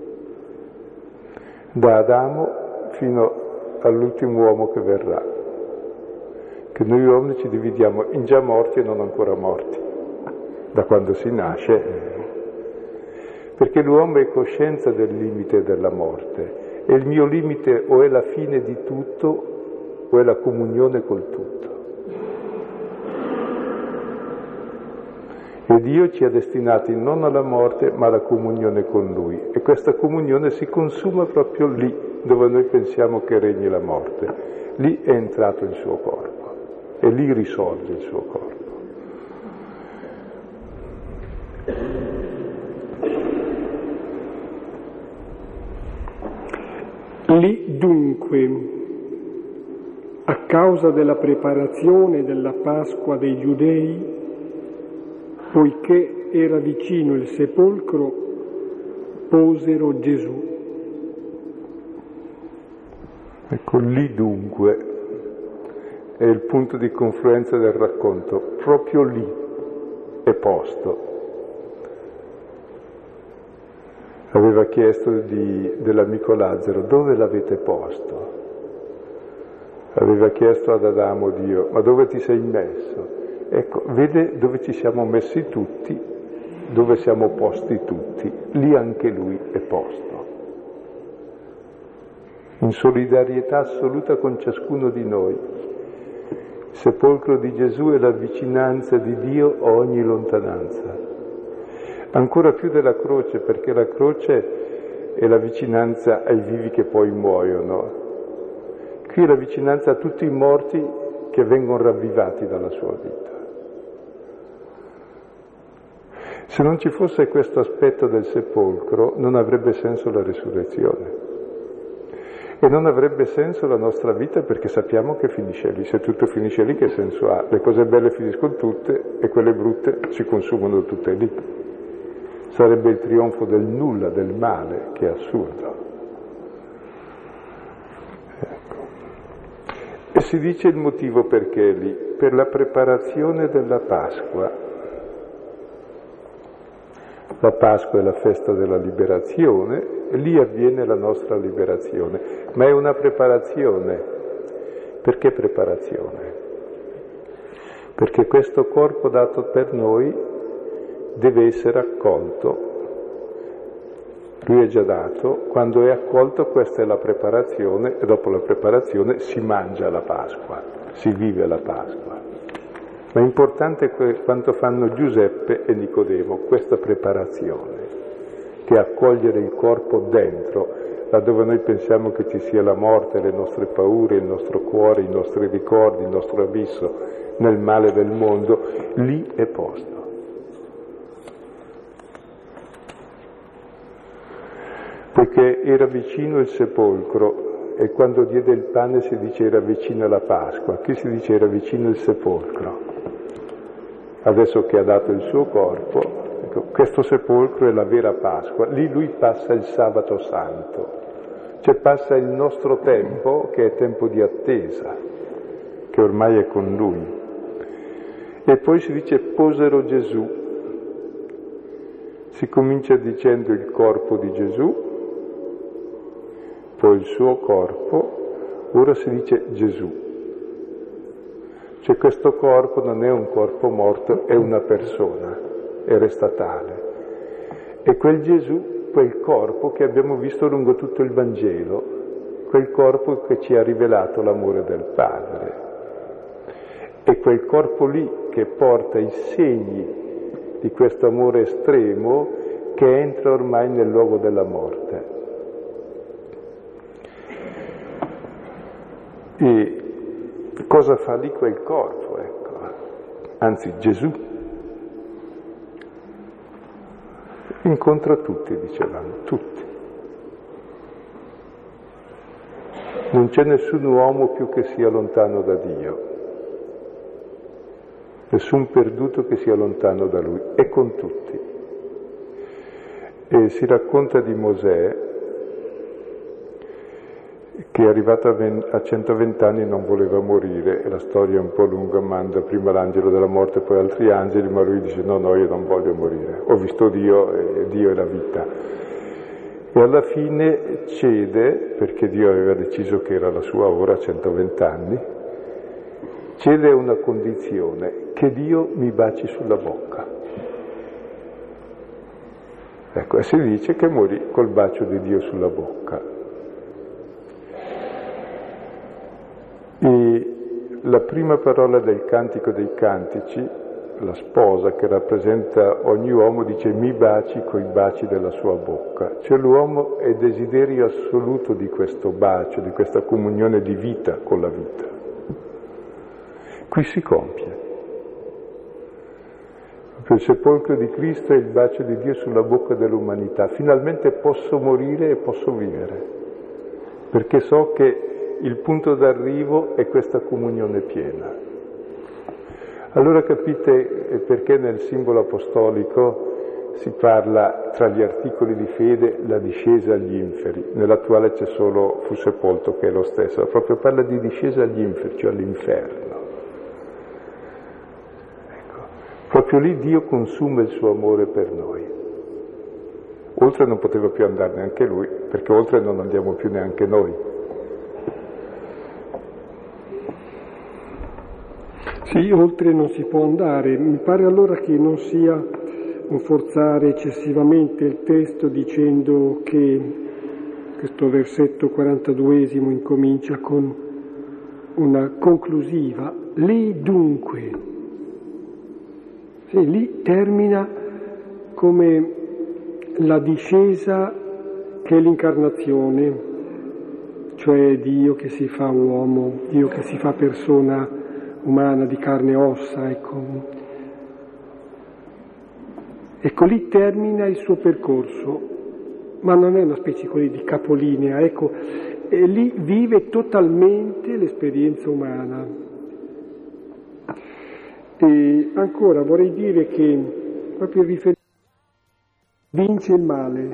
da Adamo fino all'ultimo uomo che verrà, che noi uomini ci dividiamo in già morti e non ancora morti, da quando si nasce. Perché l'uomo è coscienza del limite della morte e il mio limite o è la fine di tutto o è la comunione col tutto. E Dio ci ha destinati non alla morte ma alla comunione con Lui e questa comunione si consuma proprio lì dove noi pensiamo che regni la morte. Lì è entrato il suo corpo e lì risorge il suo corpo. Lì dunque, a causa della preparazione della Pasqua dei Giudei, poiché era vicino il sepolcro, posero Gesù. Ecco, lì dunque è il punto di confluenza del racconto, proprio lì è posto. Aveva chiesto dell'amico Lazzaro: dove l'avete posto? Aveva chiesto ad Adamo Dio: ma dove ti sei messo? Ecco, vede dove ci siamo messi tutti, dove siamo posti tutti, lì anche lui è posto. In solidarietà assoluta con ciascuno di noi. Il sepolcro di Gesù è la vicinanza di Dio a ogni lontananza. Ancora più della croce, perché la croce è la vicinanza ai vivi che poi muoiono. Qui è la vicinanza a tutti i morti che vengono ravvivati dalla sua vita. Se non ci fosse questo aspetto del sepolcro, non avrebbe senso la risurrezione. E non avrebbe senso la nostra vita, perché sappiamo che finisce lì. Se tutto finisce lì, che senso ha? Le cose belle finiscono tutte e quelle brutte si consumano tutte lì. Sarebbe il trionfo del nulla, del male, che è assurdo. Ecco. E si dice il motivo perché è lì: per la preparazione della Pasqua. La Pasqua è la festa della liberazione, e lì avviene la nostra liberazione, ma è una preparazione. Perché preparazione? Perché questo corpo dato per noi deve essere accolto. Lui è già dato, quando è accolto questa è la preparazione, e dopo la preparazione si mangia la Pasqua, si vive la Pasqua. Ma è importante quanto fanno Giuseppe e Nicodemo, questa preparazione, che è accogliere il corpo dentro, laddove noi pensiamo che ci sia la morte, le nostre paure, il nostro cuore, i nostri ricordi, il nostro abisso nel male del mondo, lì è posto. Poiché era vicino il sepolcro, e quando diede il pane si dice era vicina la Pasqua, qui si dice era vicino il sepolcro. Adesso che ha dato il suo corpo, ecco, questo sepolcro è la vera Pasqua, lì lui passa il sabato santo, cioè passa il nostro tempo, che è tempo di attesa, che ormai è con lui. E poi si dice posero Gesù, si comincia dicendo il corpo di Gesù, poi il suo corpo, ora si dice Gesù. Cioè questo corpo non è un corpo morto, è una persona, e resta tale. E quel Gesù, quel corpo che abbiamo visto lungo tutto il Vangelo, quel corpo che ci ha rivelato l'amore del Padre. E quel corpo lì che porta i segni di questo amore estremo che entra ormai nel luogo della morte. E cosa fa lì quel corpo? Ecco. Anzi, Gesù incontra tutti, dicevamo, tutti. Non c'è nessun uomo più che sia lontano da Dio, nessun perduto che sia lontano da Lui, è con tutti. E si racconta di Mosè, che è arrivato a 120 anni e non voleva morire, e la storia è un po' lunga, manda prima l'angelo della morte, poi altri angeli, ma lui dice no, io non voglio morire, ho visto Dio e Dio è la vita. E alla fine cede, perché Dio aveva deciso che era la sua ora, 120 anni, cede a una condizione, che Dio mi baci sulla bocca. Ecco, e si dice che morì col bacio di Dio sulla bocca. E la prima parola del Cantico dei Cantici, la sposa che rappresenta ogni uomo, dice mi baci coi baci della sua bocca. Cioè l'uomo è desiderio assoluto di questo bacio, di questa comunione di vita con la vita. Qui si compie. Il sepolcro di Cristo è il bacio di Dio sulla bocca dell'umanità. Finalmente posso morire e posso vivere, perché so che il punto d'arrivo è questa comunione piena. Allora capite perché nel simbolo apostolico si parla tra gli articoli di fede la discesa agli inferi. Nell'attuale c'è solo fu sepolto, che è lo stesso, proprio parla di discesa agli inferi, cioè all'inferno. Ecco. Proprio lì Dio consuma il suo amore per noi. Oltre non poteva più andare neanche lui, perché oltre non andiamo più neanche noi. Sì, oltre non si può andare. Mi pare allora che non sia un forzare eccessivamente il testo dicendo che questo versetto 42esimo incomincia con una conclusiva. Lì dunque, sì, lì termina come la discesa che è l'incarnazione, cioè Dio che si fa uomo, Dio che si fa persona umana di carne e ossa, ecco. Ecco, lì termina il suo percorso, ma non è una specie di capolinea, ecco, e lì vive totalmente l'esperienza umana. E ancora vorrei dire che proprio riferito vince il male,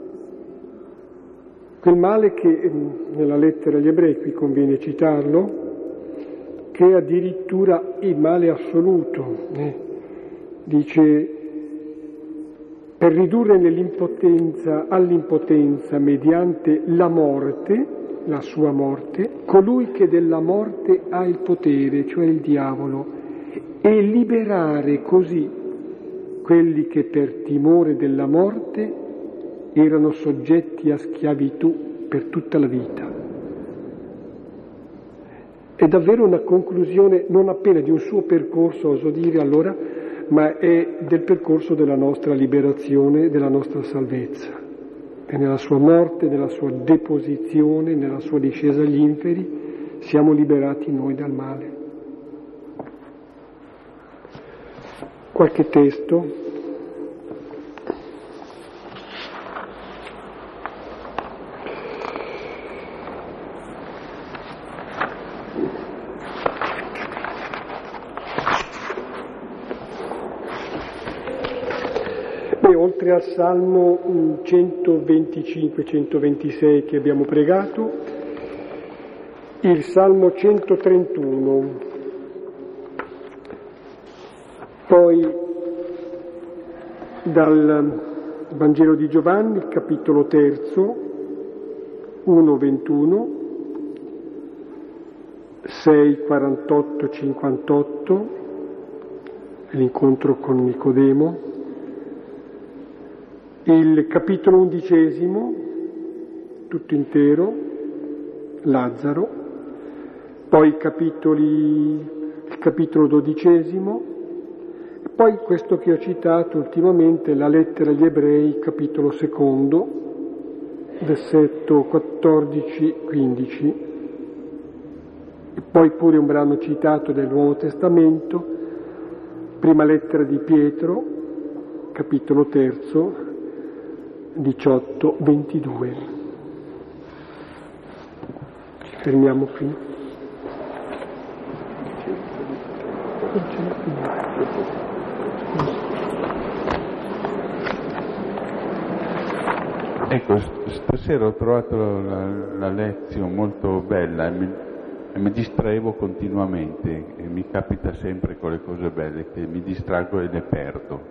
quel male che nella lettera agli Ebrei, qui conviene citarlo, che è addirittura il male assoluto. Dice, per ridurre all'impotenza mediante la morte, la sua morte, colui che della morte ha il potere, cioè il diavolo, e liberare così quelli che per timore della morte erano soggetti a schiavitù per tutta la vita. È davvero una conclusione non appena di un suo percorso, oso dire allora, ma è del percorso della nostra liberazione, della nostra salvezza. E nella sua morte, nella sua deposizione, nella sua discesa agli inferi, siamo liberati noi dal male. Qualche testo. Oltre al Salmo 125-126 che abbiamo pregato, il Salmo 131, poi dal Vangelo di Giovanni, capitolo 3, 1-21, 6-48-58, l'incontro con Nicodemo, il capitolo 11, tutto intero, Lazzaro, poi il capitolo 12, e poi questo che ho citato ultimamente, la lettera agli Ebrei, capitolo 2, versetto 14-15, e poi pure un brano citato del Nuovo Testamento, prima lettera di Pietro, capitolo 3, 18-22. Ci fermiamo qui. Ecco, stasera ho trovato la lezione molto bella e mi distraevo continuamente, e mi capita sempre con le cose belle che mi distraggo e le perdo.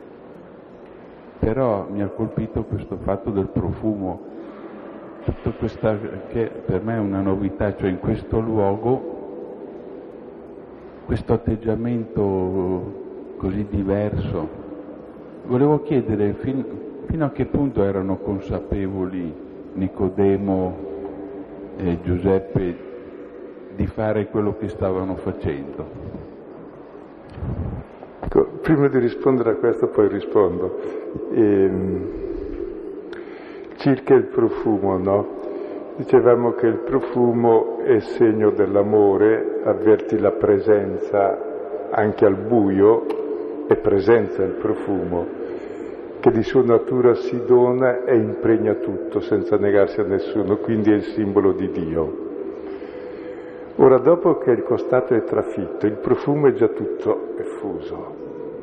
Però mi ha colpito questo fatto del profumo, tutto questa, che per me è una novità, cioè in questo luogo, questo atteggiamento così diverso. Volevo chiedere fino a che punto erano consapevoli Nicodemo e Giuseppe di fare quello che stavano facendo. Prima di rispondere a questo poi rispondo. Circa il profumo, no? Dicevamo che il profumo è segno dell'amore, avverti la presenza anche al buio, è presenza il profumo, che di sua natura si dona e impregna tutto senza negarsi a nessuno, quindi è il simbolo di Dio. Ora, dopo che il costato è trafitto, il profumo è già tutto effuso.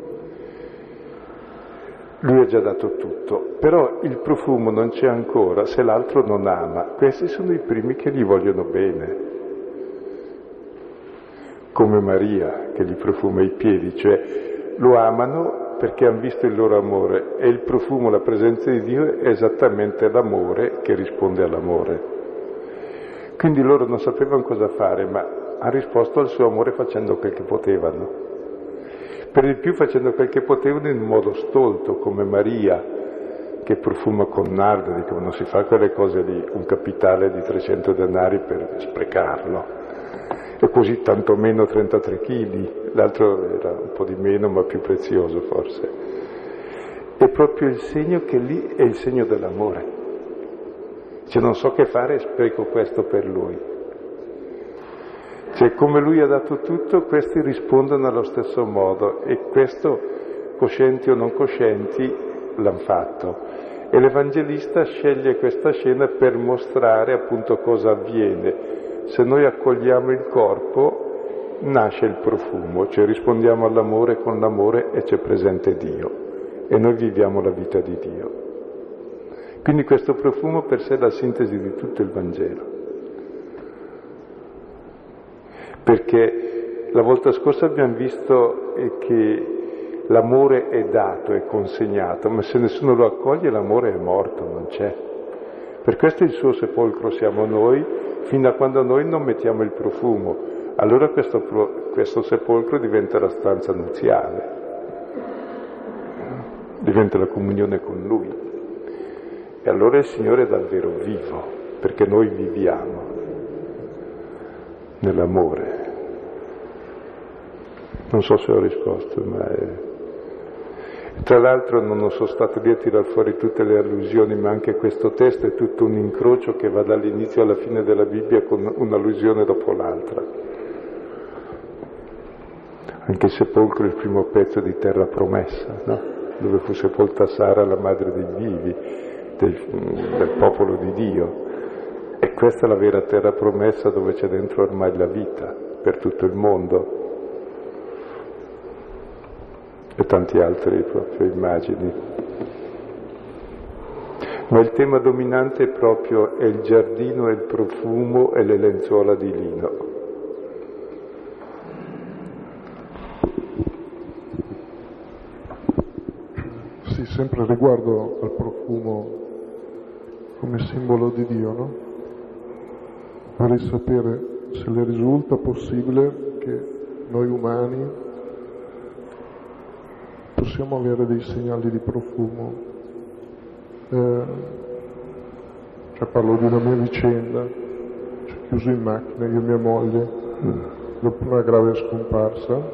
Lui ha già dato tutto, però il profumo non c'è ancora se l'altro non ama. Questi sono i primi che gli vogliono bene. Come Maria, che gli profuma i piedi, cioè lo amano perché hanno visto il loro amore, e il profumo, la presenza di Dio è esattamente l'amore che risponde all'amore. Quindi loro non sapevano cosa fare, ma hanno risposto al suo amore facendo quel che potevano. Per di più facendo quel che potevano in modo stolto, come Maria, che profuma con nardo, dico, non si fa quelle cose lì, un capitale di 300 denari per sprecarlo, e così tanto meno 33 kg, l'altro era un po' di meno ma più prezioso forse. È proprio il segno che lì è il segno dell'amore. Cioè non so che fare, spreco questo per lui. Cioè come lui ha dato tutto, questi rispondono allo stesso modo, e questo, coscienti o non coscienti, l'hanno fatto. E l'Evangelista sceglie questa scena per mostrare appunto cosa avviene. Se noi accogliamo il corpo, nasce il profumo, cioè rispondiamo all'amore con l'amore e c'è presente Dio. E noi viviamo la vita di Dio. Quindi questo profumo per sé è la sintesi di tutto il Vangelo. Perché la volta scorsa abbiamo visto che l'amore è dato, è consegnato, ma se nessuno lo accoglie l'amore è morto, non c'è. Per questo il suo sepolcro siamo noi, fino a quando noi non mettiamo il profumo. Allora questo sepolcro diventa la stanza nuziale, diventa la comunione con Lui. E allora il Signore è davvero vivo, perché noi viviamo nell'amore. Non so se ho risposto, ma tra l'altro non sono stato lì a tirar fuori tutte le allusioni, ma anche questo testo è tutto un incrocio che va dall'inizio alla fine della Bibbia con un'allusione dopo l'altra. Anche il sepolcro è il primo pezzo di terra promessa, no? Dove fu sepolta Sara, la madre dei vivi, del popolo di Dio. E questa è la vera terra promessa dove c'è dentro ormai la vita per tutto il mondo. E tanti altri proprio immagini. Ma il tema dominante proprio è il giardino e il profumo e le lenzuola di lino. Sì, sempre riguardo al profumo come simbolo di Dio, no? Vorrei sapere se le risulta possibile che noi umani possiamo avere dei segnali di profumo. Cioè parlo di una mia vicenda, cioè chiuso in macchina io e mia moglie, dopo una grave scomparsa,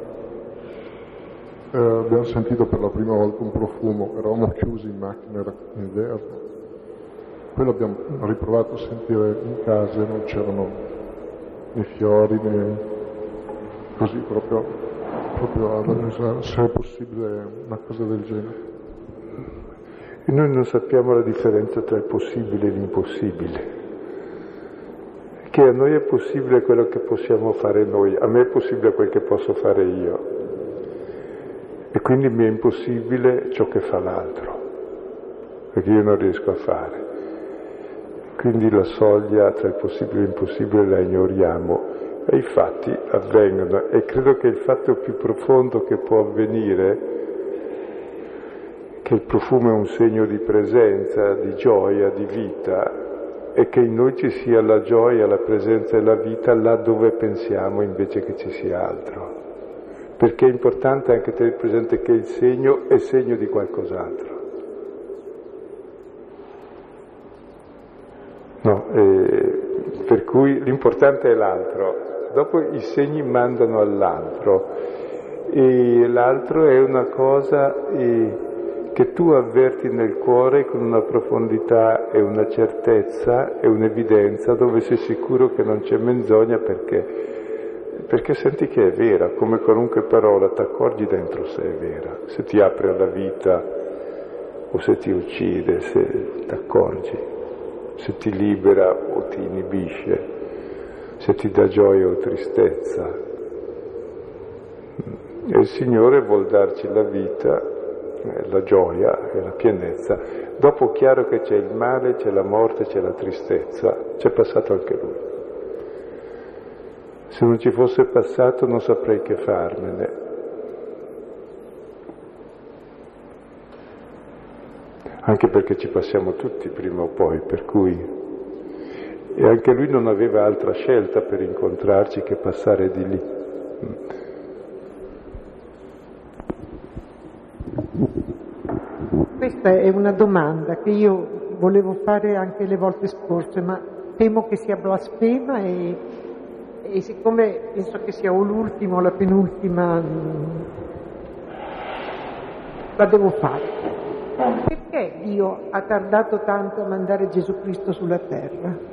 abbiamo sentito per la prima volta un profumo, eravamo chiusi in macchina, era inverno. Poi l'abbiamo riprovato a sentire in casa e non c'erano né fiori né così, proprio ad annusare, se è possibile una cosa del genere. E noi non sappiamo la differenza tra il possibile e l'impossibile. Che a noi è possibile quello che possiamo fare noi, a me è possibile quel che posso fare io. E quindi mi è impossibile ciò che fa l'altro, perché io non riesco a fare. Quindi la soglia tra il possibile e l'impossibile la ignoriamo e i fatti avvengono, e credo che il fatto più profondo che può avvenire, che il profumo è un segno di presenza, di gioia, di vita, è che in noi ci sia la gioia, la presenza e la vita là dove pensiamo invece che ci sia altro. Perché è importante anche tenere presente che il segno è segno di qualcos'altro. No, per cui l'importante è l'altro, dopo i segni mandano all'altro, e l'altro è una cosa che tu avverti nel cuore con una profondità e una certezza e un'evidenza dove sei sicuro che non c'è menzogna, perché senti che è vera, come qualunque parola ti accorgi dentro se è vera, se ti apre alla vita o se ti uccide, se ti accorgi. Se ti libera o ti inibisce, se ti dà gioia o tristezza. E il Signore vuol darci la vita, la gioia e la pienezza. Dopo chiaro che c'è il male, c'è la morte, c'è la tristezza, c'è passato anche Lui. Se non ci fosse passato non saprei che farmene. anche perché ci passiamo tutti prima o poi, per cui... E anche lui non aveva altra scelta per incontrarci che passare di lì. Questa è una domanda che io volevo fare anche le volte scorse, ma temo che sia blasfema e siccome penso che sia o l'ultima o la penultima, la devo fare. Perché Dio ha tardato tanto a mandare Gesù Cristo sulla terra?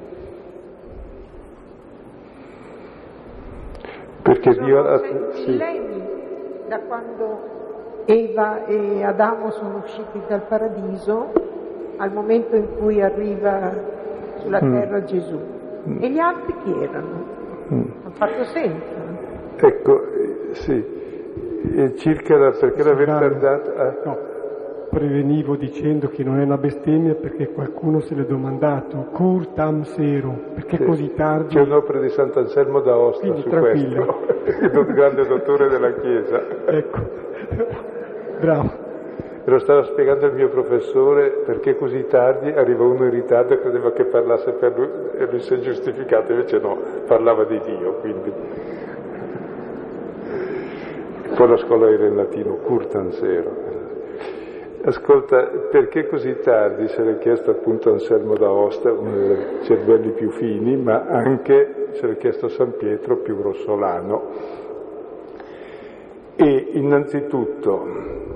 Perché Dio ha... millenni da quando Eva e Adamo sono usciti dal paradiso al momento in cui arriva sulla terra Gesù. E gli altri chi erano? Hanno fatto senso. Ecco, sì, e circa perché l'aver tardato... No, prevenivo dicendo che non è una bestemmia perché qualcuno se l'è domandato, cur tam sero, perché sì, così tardi? C'è un'opera di Sant'Anselmo d'Aosta. Quindi, su tranquillo. Questo, il grande dottore della Chiesa. Ecco, bravo. E lo stava spiegando il mio professore, perché così tardi, arriva uno in ritardo e credeva che parlasse per lui e lui si è giustificato, invece no, parlava di Dio, quindi. Poi la scuola era in latino, cur tam sero. Ascolta, perché così tardi? Se l'è chiesto appunto Anselmo d'Aosta, uno dei cervelli più fini, ma anche se l'è chiesto San Pietro, più grossolano. E innanzitutto,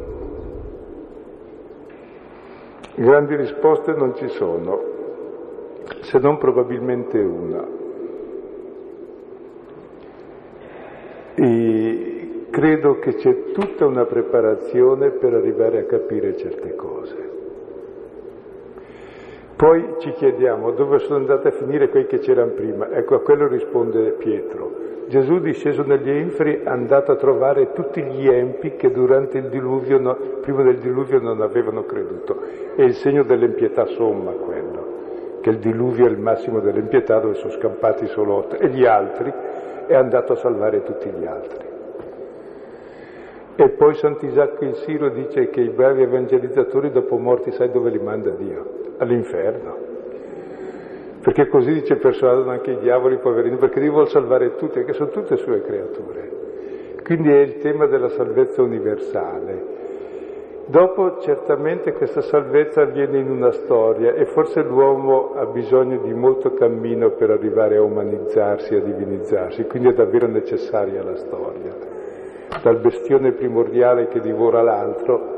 grandi risposte non ci sono, se non probabilmente una. E credo che c'è tutta una preparazione per arrivare a capire certe cose. Poi ci chiediamo dove sono andati a finire quei che c'erano prima. Ecco, a quello risponde Pietro. Gesù, disceso negli inferi, è andato a trovare tutti gli empi che durante il diluvio, prima del diluvio, non avevano creduto. È il segno dell'impietà somma quello, che il diluvio è il massimo dell'impietà dove sono scampati solo 8. E gli altri è andato a salvare tutti gli altri. E poi Sant'Isacco il Siro dice che i bravi evangelizzatori dopo morti sai dove li manda Dio? All'inferno. Perché così dice persuadono anche i diavoli poverini, perché Dio vuole salvare tutti, perché sono tutte sue creature. Quindi è il tema della salvezza universale. Dopo certamente questa salvezza avviene in una storia e forse l'uomo ha bisogno di molto cammino per arrivare a umanizzarsi, a divinizzarsi, quindi è davvero necessaria la storia. Dal bestione primordiale che divora l'altro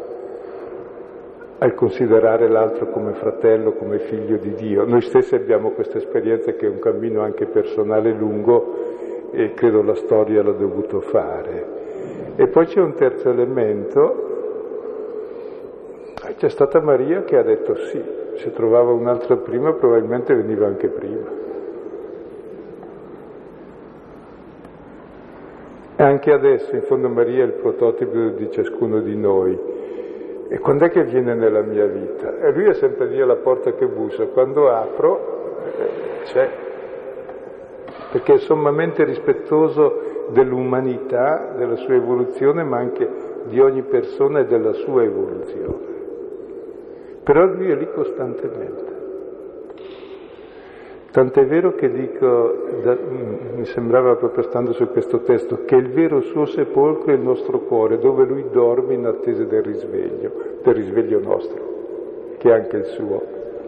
al considerare l'altro come fratello, come figlio di Dio. Noi stessi abbiamo questa esperienza che è un cammino anche personale lungo e credo la storia l'ha dovuto fare. E poi c'è un terzo elemento, c'è stata Maria che ha detto sì, se trovava un altro prima probabilmente veniva anche prima. E anche adesso, in fondo, Maria è il prototipo di ciascuno di noi. E quando è che viene nella mia vita? E lui è sempre lì alla porta che bussa. Quando apro, c'è. Perché è sommamente rispettoso dell'umanità, della sua evoluzione, ma anche di ogni persona e della sua evoluzione. Però lui è lì costantemente. Tant'è vero che dico, mi sembrava proprio stando su questo testo, che il vero suo sepolcro è il nostro cuore, dove lui dorme in attesa del risveglio nostro, che è anche il suo.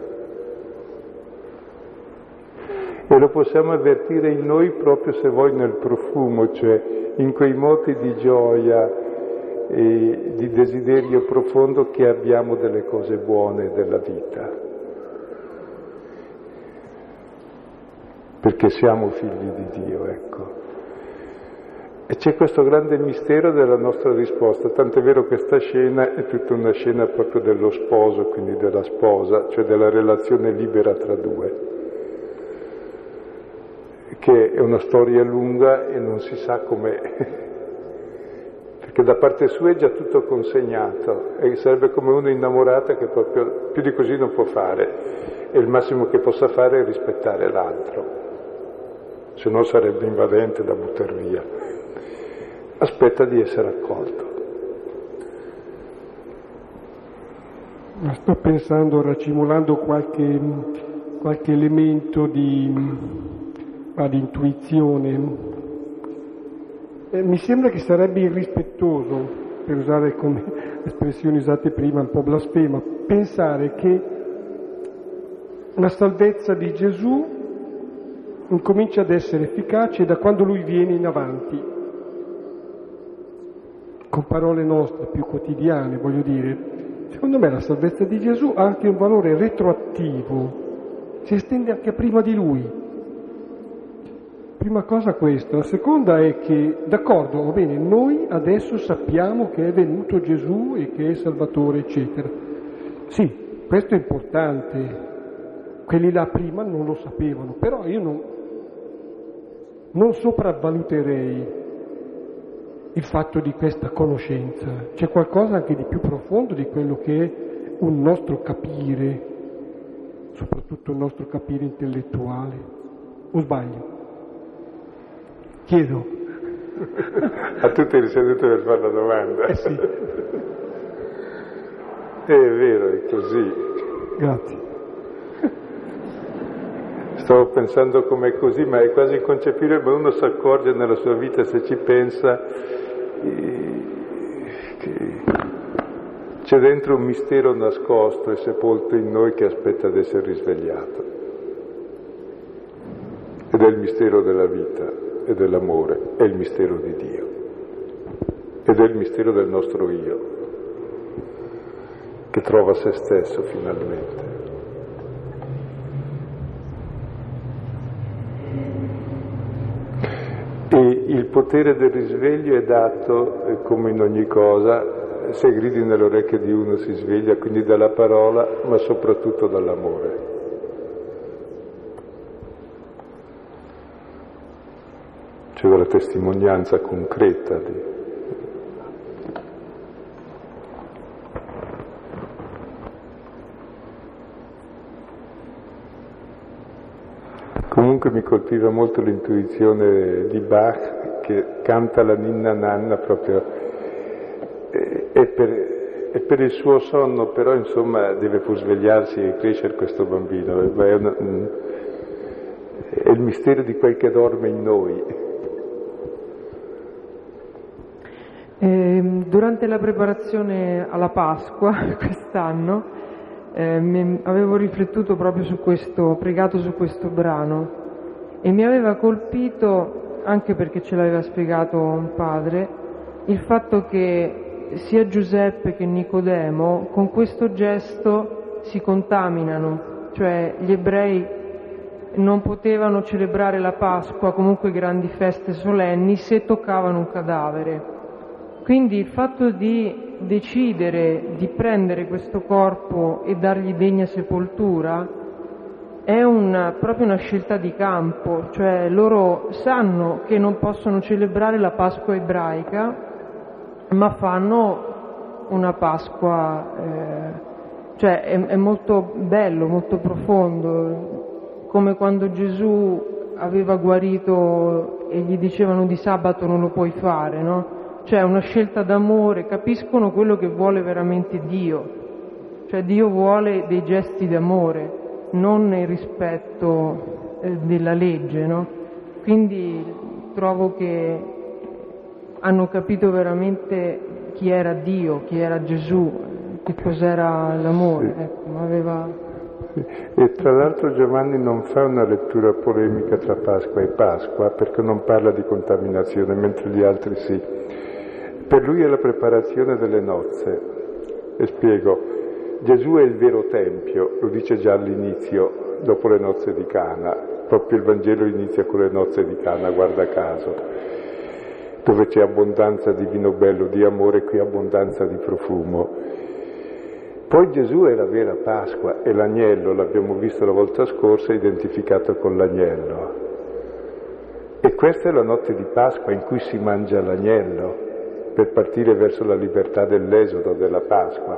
E lo possiamo avvertire in noi proprio, se vuoi, nel profumo, cioè in quei moti di gioia e di desiderio profondo che abbiamo delle cose buone della vita. Perché siamo figli di Dio, ecco. E c'è questo grande mistero della nostra risposta, tant'è vero che questa scena è tutta una scena proprio dello sposo, quindi della sposa, cioè della relazione libera tra due, che è una storia lunga e non si sa com'è, perché da parte sua è già tutto consegnato e sarebbe come uno innamorato che proprio più di così non può fare e il massimo che possa fare è rispettare l'altro. Se no sarebbe invadente da buttare via. Aspetta di essere accolto. sto pensando, racimolando qualche elemento di intuizione. Mi sembra che sarebbe irrispettoso, per usare come espressioni usate prima, un po' blasfema, pensare che la salvezza di Gesù incomincia ad essere efficace da quando Lui viene in avanti, con parole nostre più quotidiane, voglio dire. Secondo me la salvezza di Gesù ha anche un valore retroattivo, si estende anche prima di Lui. Prima cosa questa. La seconda è che, d'accordo, va bene, noi adesso sappiamo che è venuto Gesù e che è Salvatore, eccetera. Sì, questo è importante. Quelli là prima non lo sapevano, però io non sopravvaluterei il fatto di questa conoscenza. C'è qualcosa anche di più profondo di quello che è un nostro capire, soprattutto il nostro capire intellettuale. O sbaglio? Chiedo. A tutti eri seduto per fare la domanda. Sì. È vero, è così. Grazie. Stavo pensando com'è così, ma è quasi inconcepibile, ma uno si accorge nella sua vita, se ci pensa, che c'è dentro un mistero nascosto e sepolto in noi che aspetta di essere risvegliato. Ed è il mistero della vita e dell'amore, è il mistero di Dio. Ed è il mistero del nostro io, che trova se stesso finalmente. E il potere del risveglio è dato, come in ogni cosa, se gridi nelle orecchie di uno si sveglia, quindi dalla parola, ma soprattutto dall'amore. Cioè dalla testimonianza concreta di... Comunque mi colpiva molto l'intuizione di Bach, che canta la ninna nanna proprio, e per il suo sonno, però insomma deve pur svegliarsi e crescere questo bambino, è il mistero di quel che dorme in noi. Durante la preparazione alla Pasqua quest'anno avevo riflettuto proprio su questo, pregato su questo brano, e mi aveva colpito, anche perché ce l'aveva spiegato un padre, il fatto che sia Giuseppe che Nicodemo con questo gesto si contaminano, cioè gli ebrei non potevano celebrare la Pasqua, comunque grandi feste solenni, se toccavano un cadavere. Quindi il fatto di decidere di prendere questo corpo e dargli degna sepoltura è proprio una scelta di campo, cioè loro sanno che non possono celebrare la Pasqua ebraica, ma fanno una Pasqua, cioè è molto bello, molto profondo, come quando Gesù aveva guarito e gli dicevano di sabato non lo puoi fare, no? Cioè una scelta d'amore, capiscono quello che vuole veramente Dio, cioè Dio vuole dei gesti d'amore, non il rispetto della legge, no? Quindi trovo che hanno capito veramente chi era Dio, chi era Gesù, che cos'era l'amore. Sì. Ecco, E tra l'altro Giovanni non fa una lettura polemica tra Pasqua e Pasqua, perché non parla di contaminazione, mentre gli altri sì. Per lui è la preparazione delle nozze. E spiego, Gesù è il vero Tempio, lo dice già all'inizio, dopo le nozze di Cana. Proprio il Vangelo inizia con le nozze di Cana, guarda caso, dove c'è abbondanza di vino bello, di amore, qui abbondanza di profumo. Poi Gesù è la vera Pasqua, e l'agnello, l'abbiamo visto la volta scorsa, è identificato con l'agnello. E questa è la notte di Pasqua in cui si mangia l'agnello, per partire verso la libertà dell'esodo, della Pasqua.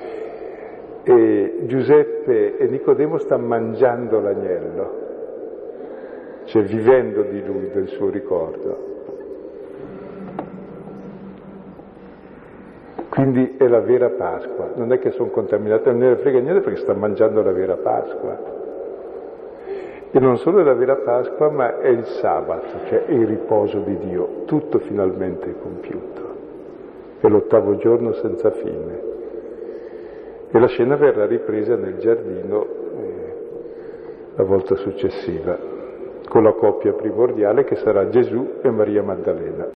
E Giuseppe e Nicodemo stanno mangiando l'agnello, cioè vivendo di lui, del suo ricordo. Quindi è la vera Pasqua, non è che sono contaminato, non ne frega niente perché sta mangiando la vera Pasqua. E non solo è la vera Pasqua, ma è il sabato, cioè è il riposo di Dio, tutto finalmente compiuto. È l'8° giorno senza fine. E la scena verrà ripresa nel giardino la volta successiva, con la coppia primordiale che sarà Gesù e Maria Maddalena.